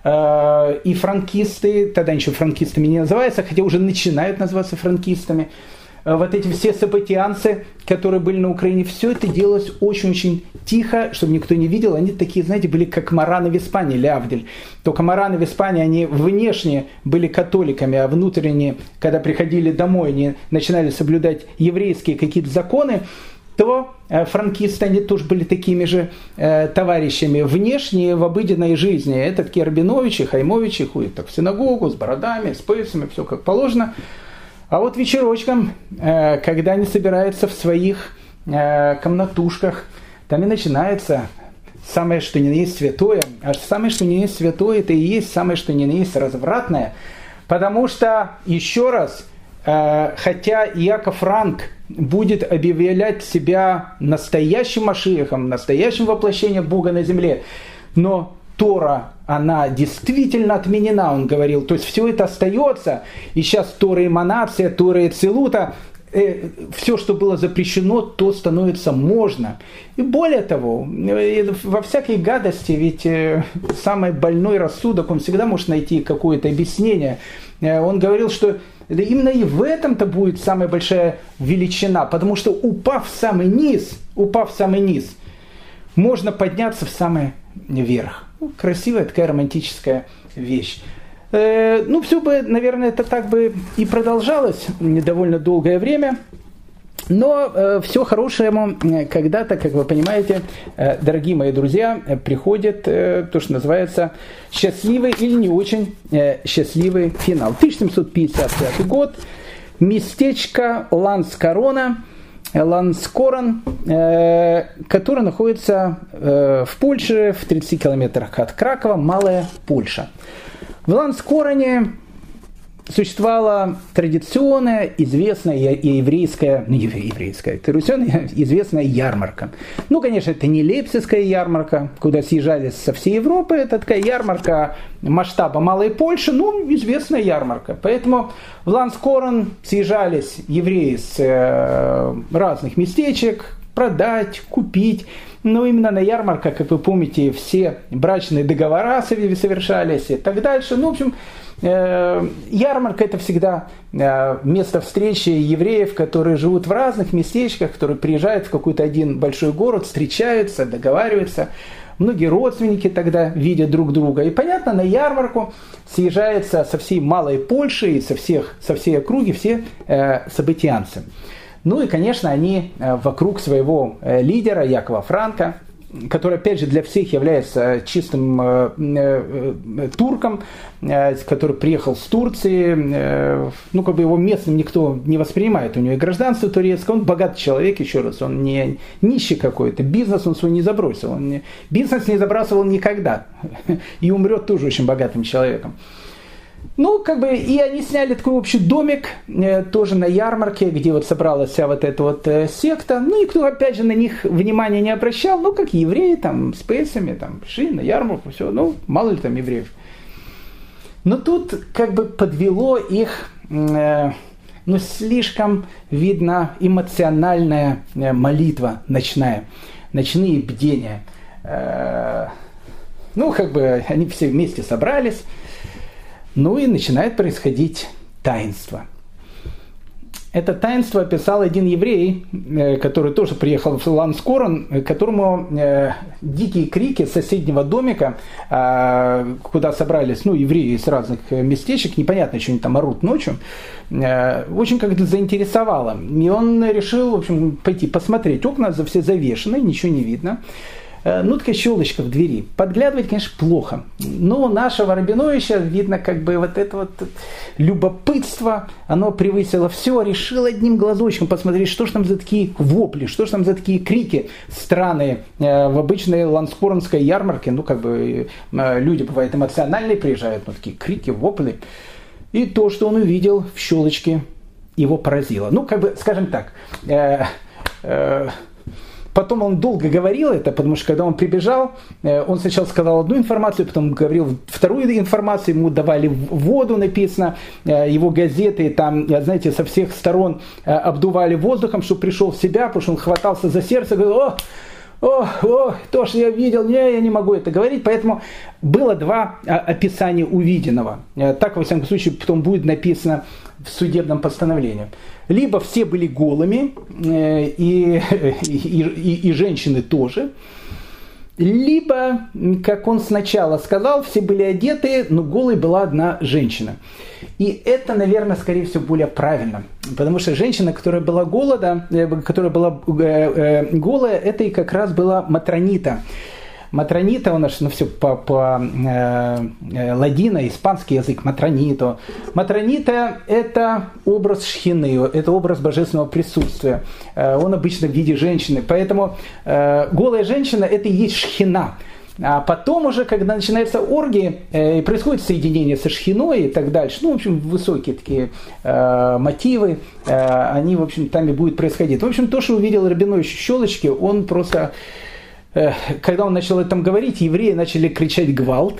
И франкисты, тогда еще франкистами не называются, хотя уже начинают называться франкистами, эти все сабатианцы, которые были на Украине, все это делалось очень-очень тихо, чтобы никто не видел. Они такие, знаете, были как мараны в Испании, лявдель. Только мараны в Испании, они внешне были католиками, а внутренне, когда приходили домой, они начинали соблюдать еврейские какие-то законы. то франкисты, они тоже были такими же товарищами. Внешне, в обыденной жизни, это такие Рабиновичи, Хаймовичи, ходят так в синагогу с бородами, с поясами, все как положено. А вот вечерочком, когда они собираются в своих комнатушках, там и начинается самое, что ни на есть святое. А самое, что ни на есть святое, это и есть самое, что ни на есть развратное. Потому что, еще раз, хотя Яков Франк будет объявлять себя настоящим Машиахом, настоящим воплощением Бога на земле, но Тора, она действительно отменена, он говорил. То есть все это остается, и сейчас Тора эманация, Тора эцилута, все, что было запрещено, то становится можно. И более того, во всякой гадости, ведь самый больной рассудок, он всегда может найти какое-то объяснение. Он говорил, что именно и в этом-то будет самая большая величина, потому что упав в самый низ, можно подняться в самый верх. Красивая такая романтическая вещь. Все бы, наверное, это так бы и продолжалось довольно долгое время. Но все хорошему когда-то, как вы понимаете, дорогие мои друзья, приходит то, что называется счастливый или не очень счастливый финал. 1755 год, местечко Ланскорон, которое находится в Польше, в 30 километрах от Кракова, Малая Польша. В Ланскороне существовала традиционная, известная известная ярмарка. Конечно, это не Лейпцигская ярмарка, куда съезжались со всей Европы, это такая ярмарка масштаба Малой Польши, известная ярмарка. Поэтому в Ланскорон съезжались евреи с разных местечек, продать, купить. Но именно на ярмарках, как вы помните, все брачные договора совершались и так дальше. Ярмарка – это всегда место встречи евреев, которые живут в разных местечках, которые приезжают в какой-то один большой город, встречаются, договариваются. Многие родственники тогда видят друг друга. И, понятно, на ярмарку съезжаются со всей Малой Польши и со всей округи все событианцы. И, конечно, они вокруг своего лидера Якова Франка, который, опять же, для всех является чистым турком, который приехал с Турции, его местным никто не воспринимает, у него и гражданство турецкое, он богатый человек, еще раз, он не нищий какой-то, бизнес он свой не забросил, бизнес не забрасывал никогда, и умрет тоже очень богатым человеком. И они сняли такой общий домик, тоже на ярмарке, где собралась вся эта секта. Никто, опять же, на них внимания не обращал, как евреи, с пейсами, пришли на ярмарку, все, мало ли там евреев. Но тут подвело их, слишком, видно, эмоциональная молитва ночная, ночные бдения. Они все вместе собрались. И начинает происходить таинство. Это таинство описал один еврей, который тоже приехал в Ланскорон, которому дикие крики соседнего домика, куда собрались евреи из разных местечек, непонятно, что они там орут ночью, очень как-то заинтересовало. И он решил, в общем, пойти посмотреть. Окна все завешены, ничего не видно. Такая щелочка в двери. Подглядывать, конечно, плохо. Но у нашего Рабиновича, видно, это любопытство, оно превысило все. Решил одним глазочком посмотреть, что же там за такие вопли, что же там за такие крики странные в обычной ланскоронской ярмарке. Люди, бывают, эмоциональные приезжают, но такие крики, вопли. И то, что он увидел в щелочке, его поразило. Скажем так, потом он долго говорил это, потому что когда он прибежал, он сначала сказал одну информацию, потом говорил вторую информацию, ему давали воду, написано, его газеты там, знаете, со всех сторон обдували воздухом, чтобы пришел в себя, потому что он хватался за сердце, говорил: то, что я видел, я не могу это говорить. Поэтому было два описания увиденного. Так, во всяком случае, потом будет написано в судебном постановлении. Либо все были голыми, и женщины тоже, Либо, как он сначала сказал, все были одеты, но голой была одна женщина. И это, наверное, скорее всего, более правильно. Потому что женщина, которая была голая, это и как раз была Матронита. Матронита, у нас все по ладино, испанский язык, матронито. Матронита – это образ шхины, это образ божественного присутствия. Он обычно в виде женщины. Поэтому голая женщина – это и есть шхина. А потом уже, когда начинаются оргии, и происходит соединение со шхиной и так дальше, ну, в общем, высокие такие мотивы, они, в общем, там и будет происходить. В общем, то, что увидел Рабинович Щелочки, он просто... Когда он начал об этом говорить, евреи начали кричать «гвалт».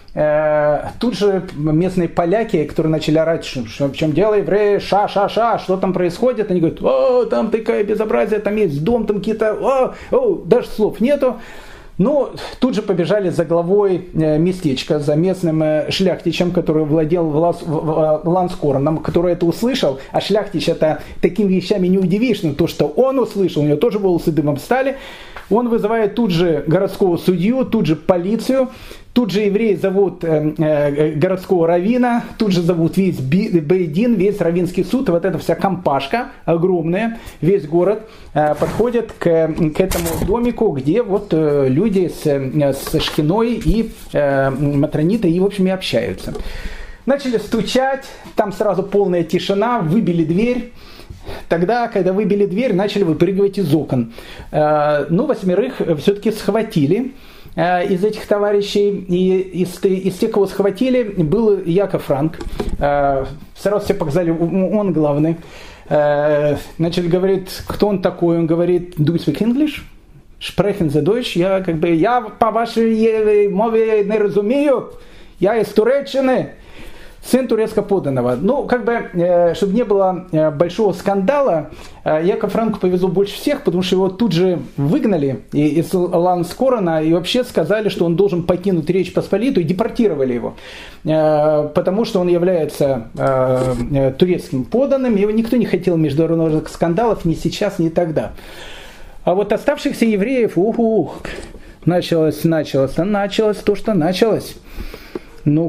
Тут же местные поляки, которые начали орать, что в чем дело, евреи, ша, что там происходит, они говорят, о, там такое безобразие, там есть дом, там какие-то, даже слов нету. Ну, тут же побежали за главой местечка, за местным шляхтичем, который владел Ланскороном, который это услышал, а шляхтич это такими вещами не удивишь, но то, что он услышал, у него тоже волосы дымом стали. Он вызывает тут же городского судью, тут же полицию, тут же евреи зовут городского раввина, тут же зовут весь бейдин, весь раввинский суд, и вот эта вся компашка огромная, весь город подходит к этому домику, где вот люди с шхиной и матронитой и, в общем, и общаются. Начали стучать, там сразу полная тишина, выбили дверь. Тогда, когда выбили дверь, начали выпрыгивать из окон. Ну, 8 все-таки схватили из этих товарищей. И из тех, кого схватили, был Яков Франк. Сразу все показали, он главный. Начали говорить, кто он такой. Он говорит, do you speak English? Sprechen Sie Deutsch? Я по вашей мове не разумею. Я из Туреччины. Сын турецко подданного. Ну, чтобы не было большого скандала, Яков Франку повезло больше всех, потому что его тут же выгнали из Ланскорона и вообще сказали, что он должен покинуть Речь Посполитую, и депортировали его. Потому что он является турецким подданным, его никто не хотел международных скандалов ни сейчас, ни тогда. А вот оставшихся евреев, началось то, что началось. Ну,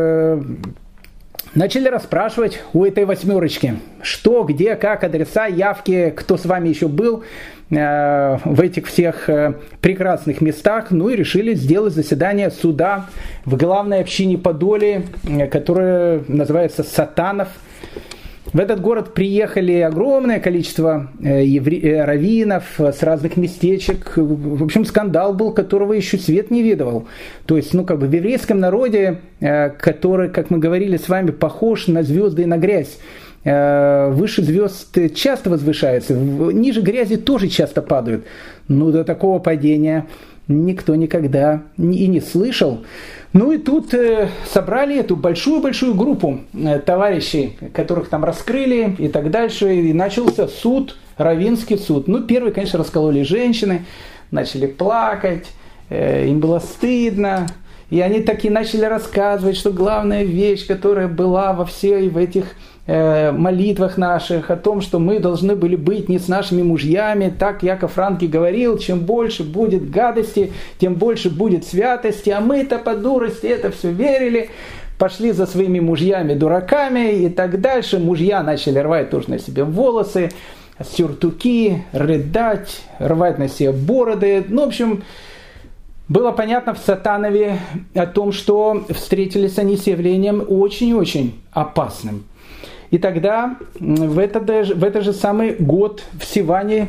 начали расспрашивать у этой 8, что, где, как, адреса, явки, кто с вами еще был в этих всех прекрасных местах. Ну и решили сделать заседание суда в главной общине Подоле, которая называется Сатанов. В этот город приехали огромное количество раввинов с разных местечек. В общем, скандал был, которого еще свет не видывал. То есть, в еврейском народе, который, как мы говорили с вами, похож на звезды и на грязь. Выше звезд часто возвышаются, ниже грязи тоже часто падают. Но до такого падения никто никогда и не слышал. Ну и тут собрали эту большую-большую группу товарищей, которых там раскрыли и так дальше. И начался суд, раввинский суд. Ну, первый, конечно, раскололи женщины, начали плакать, им было стыдно. И они таки начали рассказывать, что главная вещь, которая была в этих молитвах наших, о том, что мы должны были быть не с нашими мужьями, так Яков Франк и говорил, чем больше будет гадости, тем больше будет святости, а мы-то по дурости это все верили, пошли за своими мужьями-дураками и так дальше. Мужья начали рвать тоже на себе волосы, сюртуки, рыдать, рвать на себе бороды. Ну, в общем, было понятно в Сатанове о том, что встретились они с явлением очень-очень опасным. И тогда, в этот же самый год, в Сиване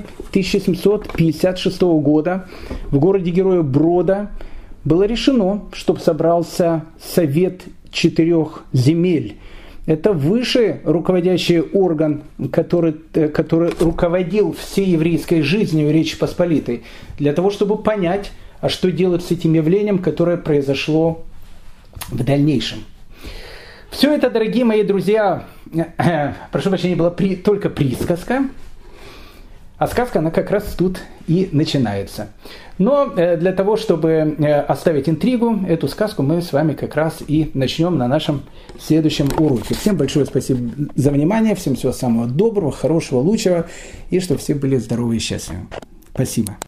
1756 года, в городе Героя Брода, было решено, чтобы собрался Совет 4 земель. Это высший руководящий орган, который руководил всей еврейской жизнью Речи Посполитой, для того, чтобы понять, а что делать с этим явлением, которое произошло в дальнейшем. Все это, дорогие мои друзья, прошу прощения, была только присказка, а сказка, она как раз тут и начинается. Но для того, чтобы оставить интригу, эту сказку мы с вами как раз и начнем на нашем следующем уроке. Всем большое спасибо за внимание, всем всего самого доброго, хорошего, лучшего, и чтобы все были здоровы и счастливы. Спасибо.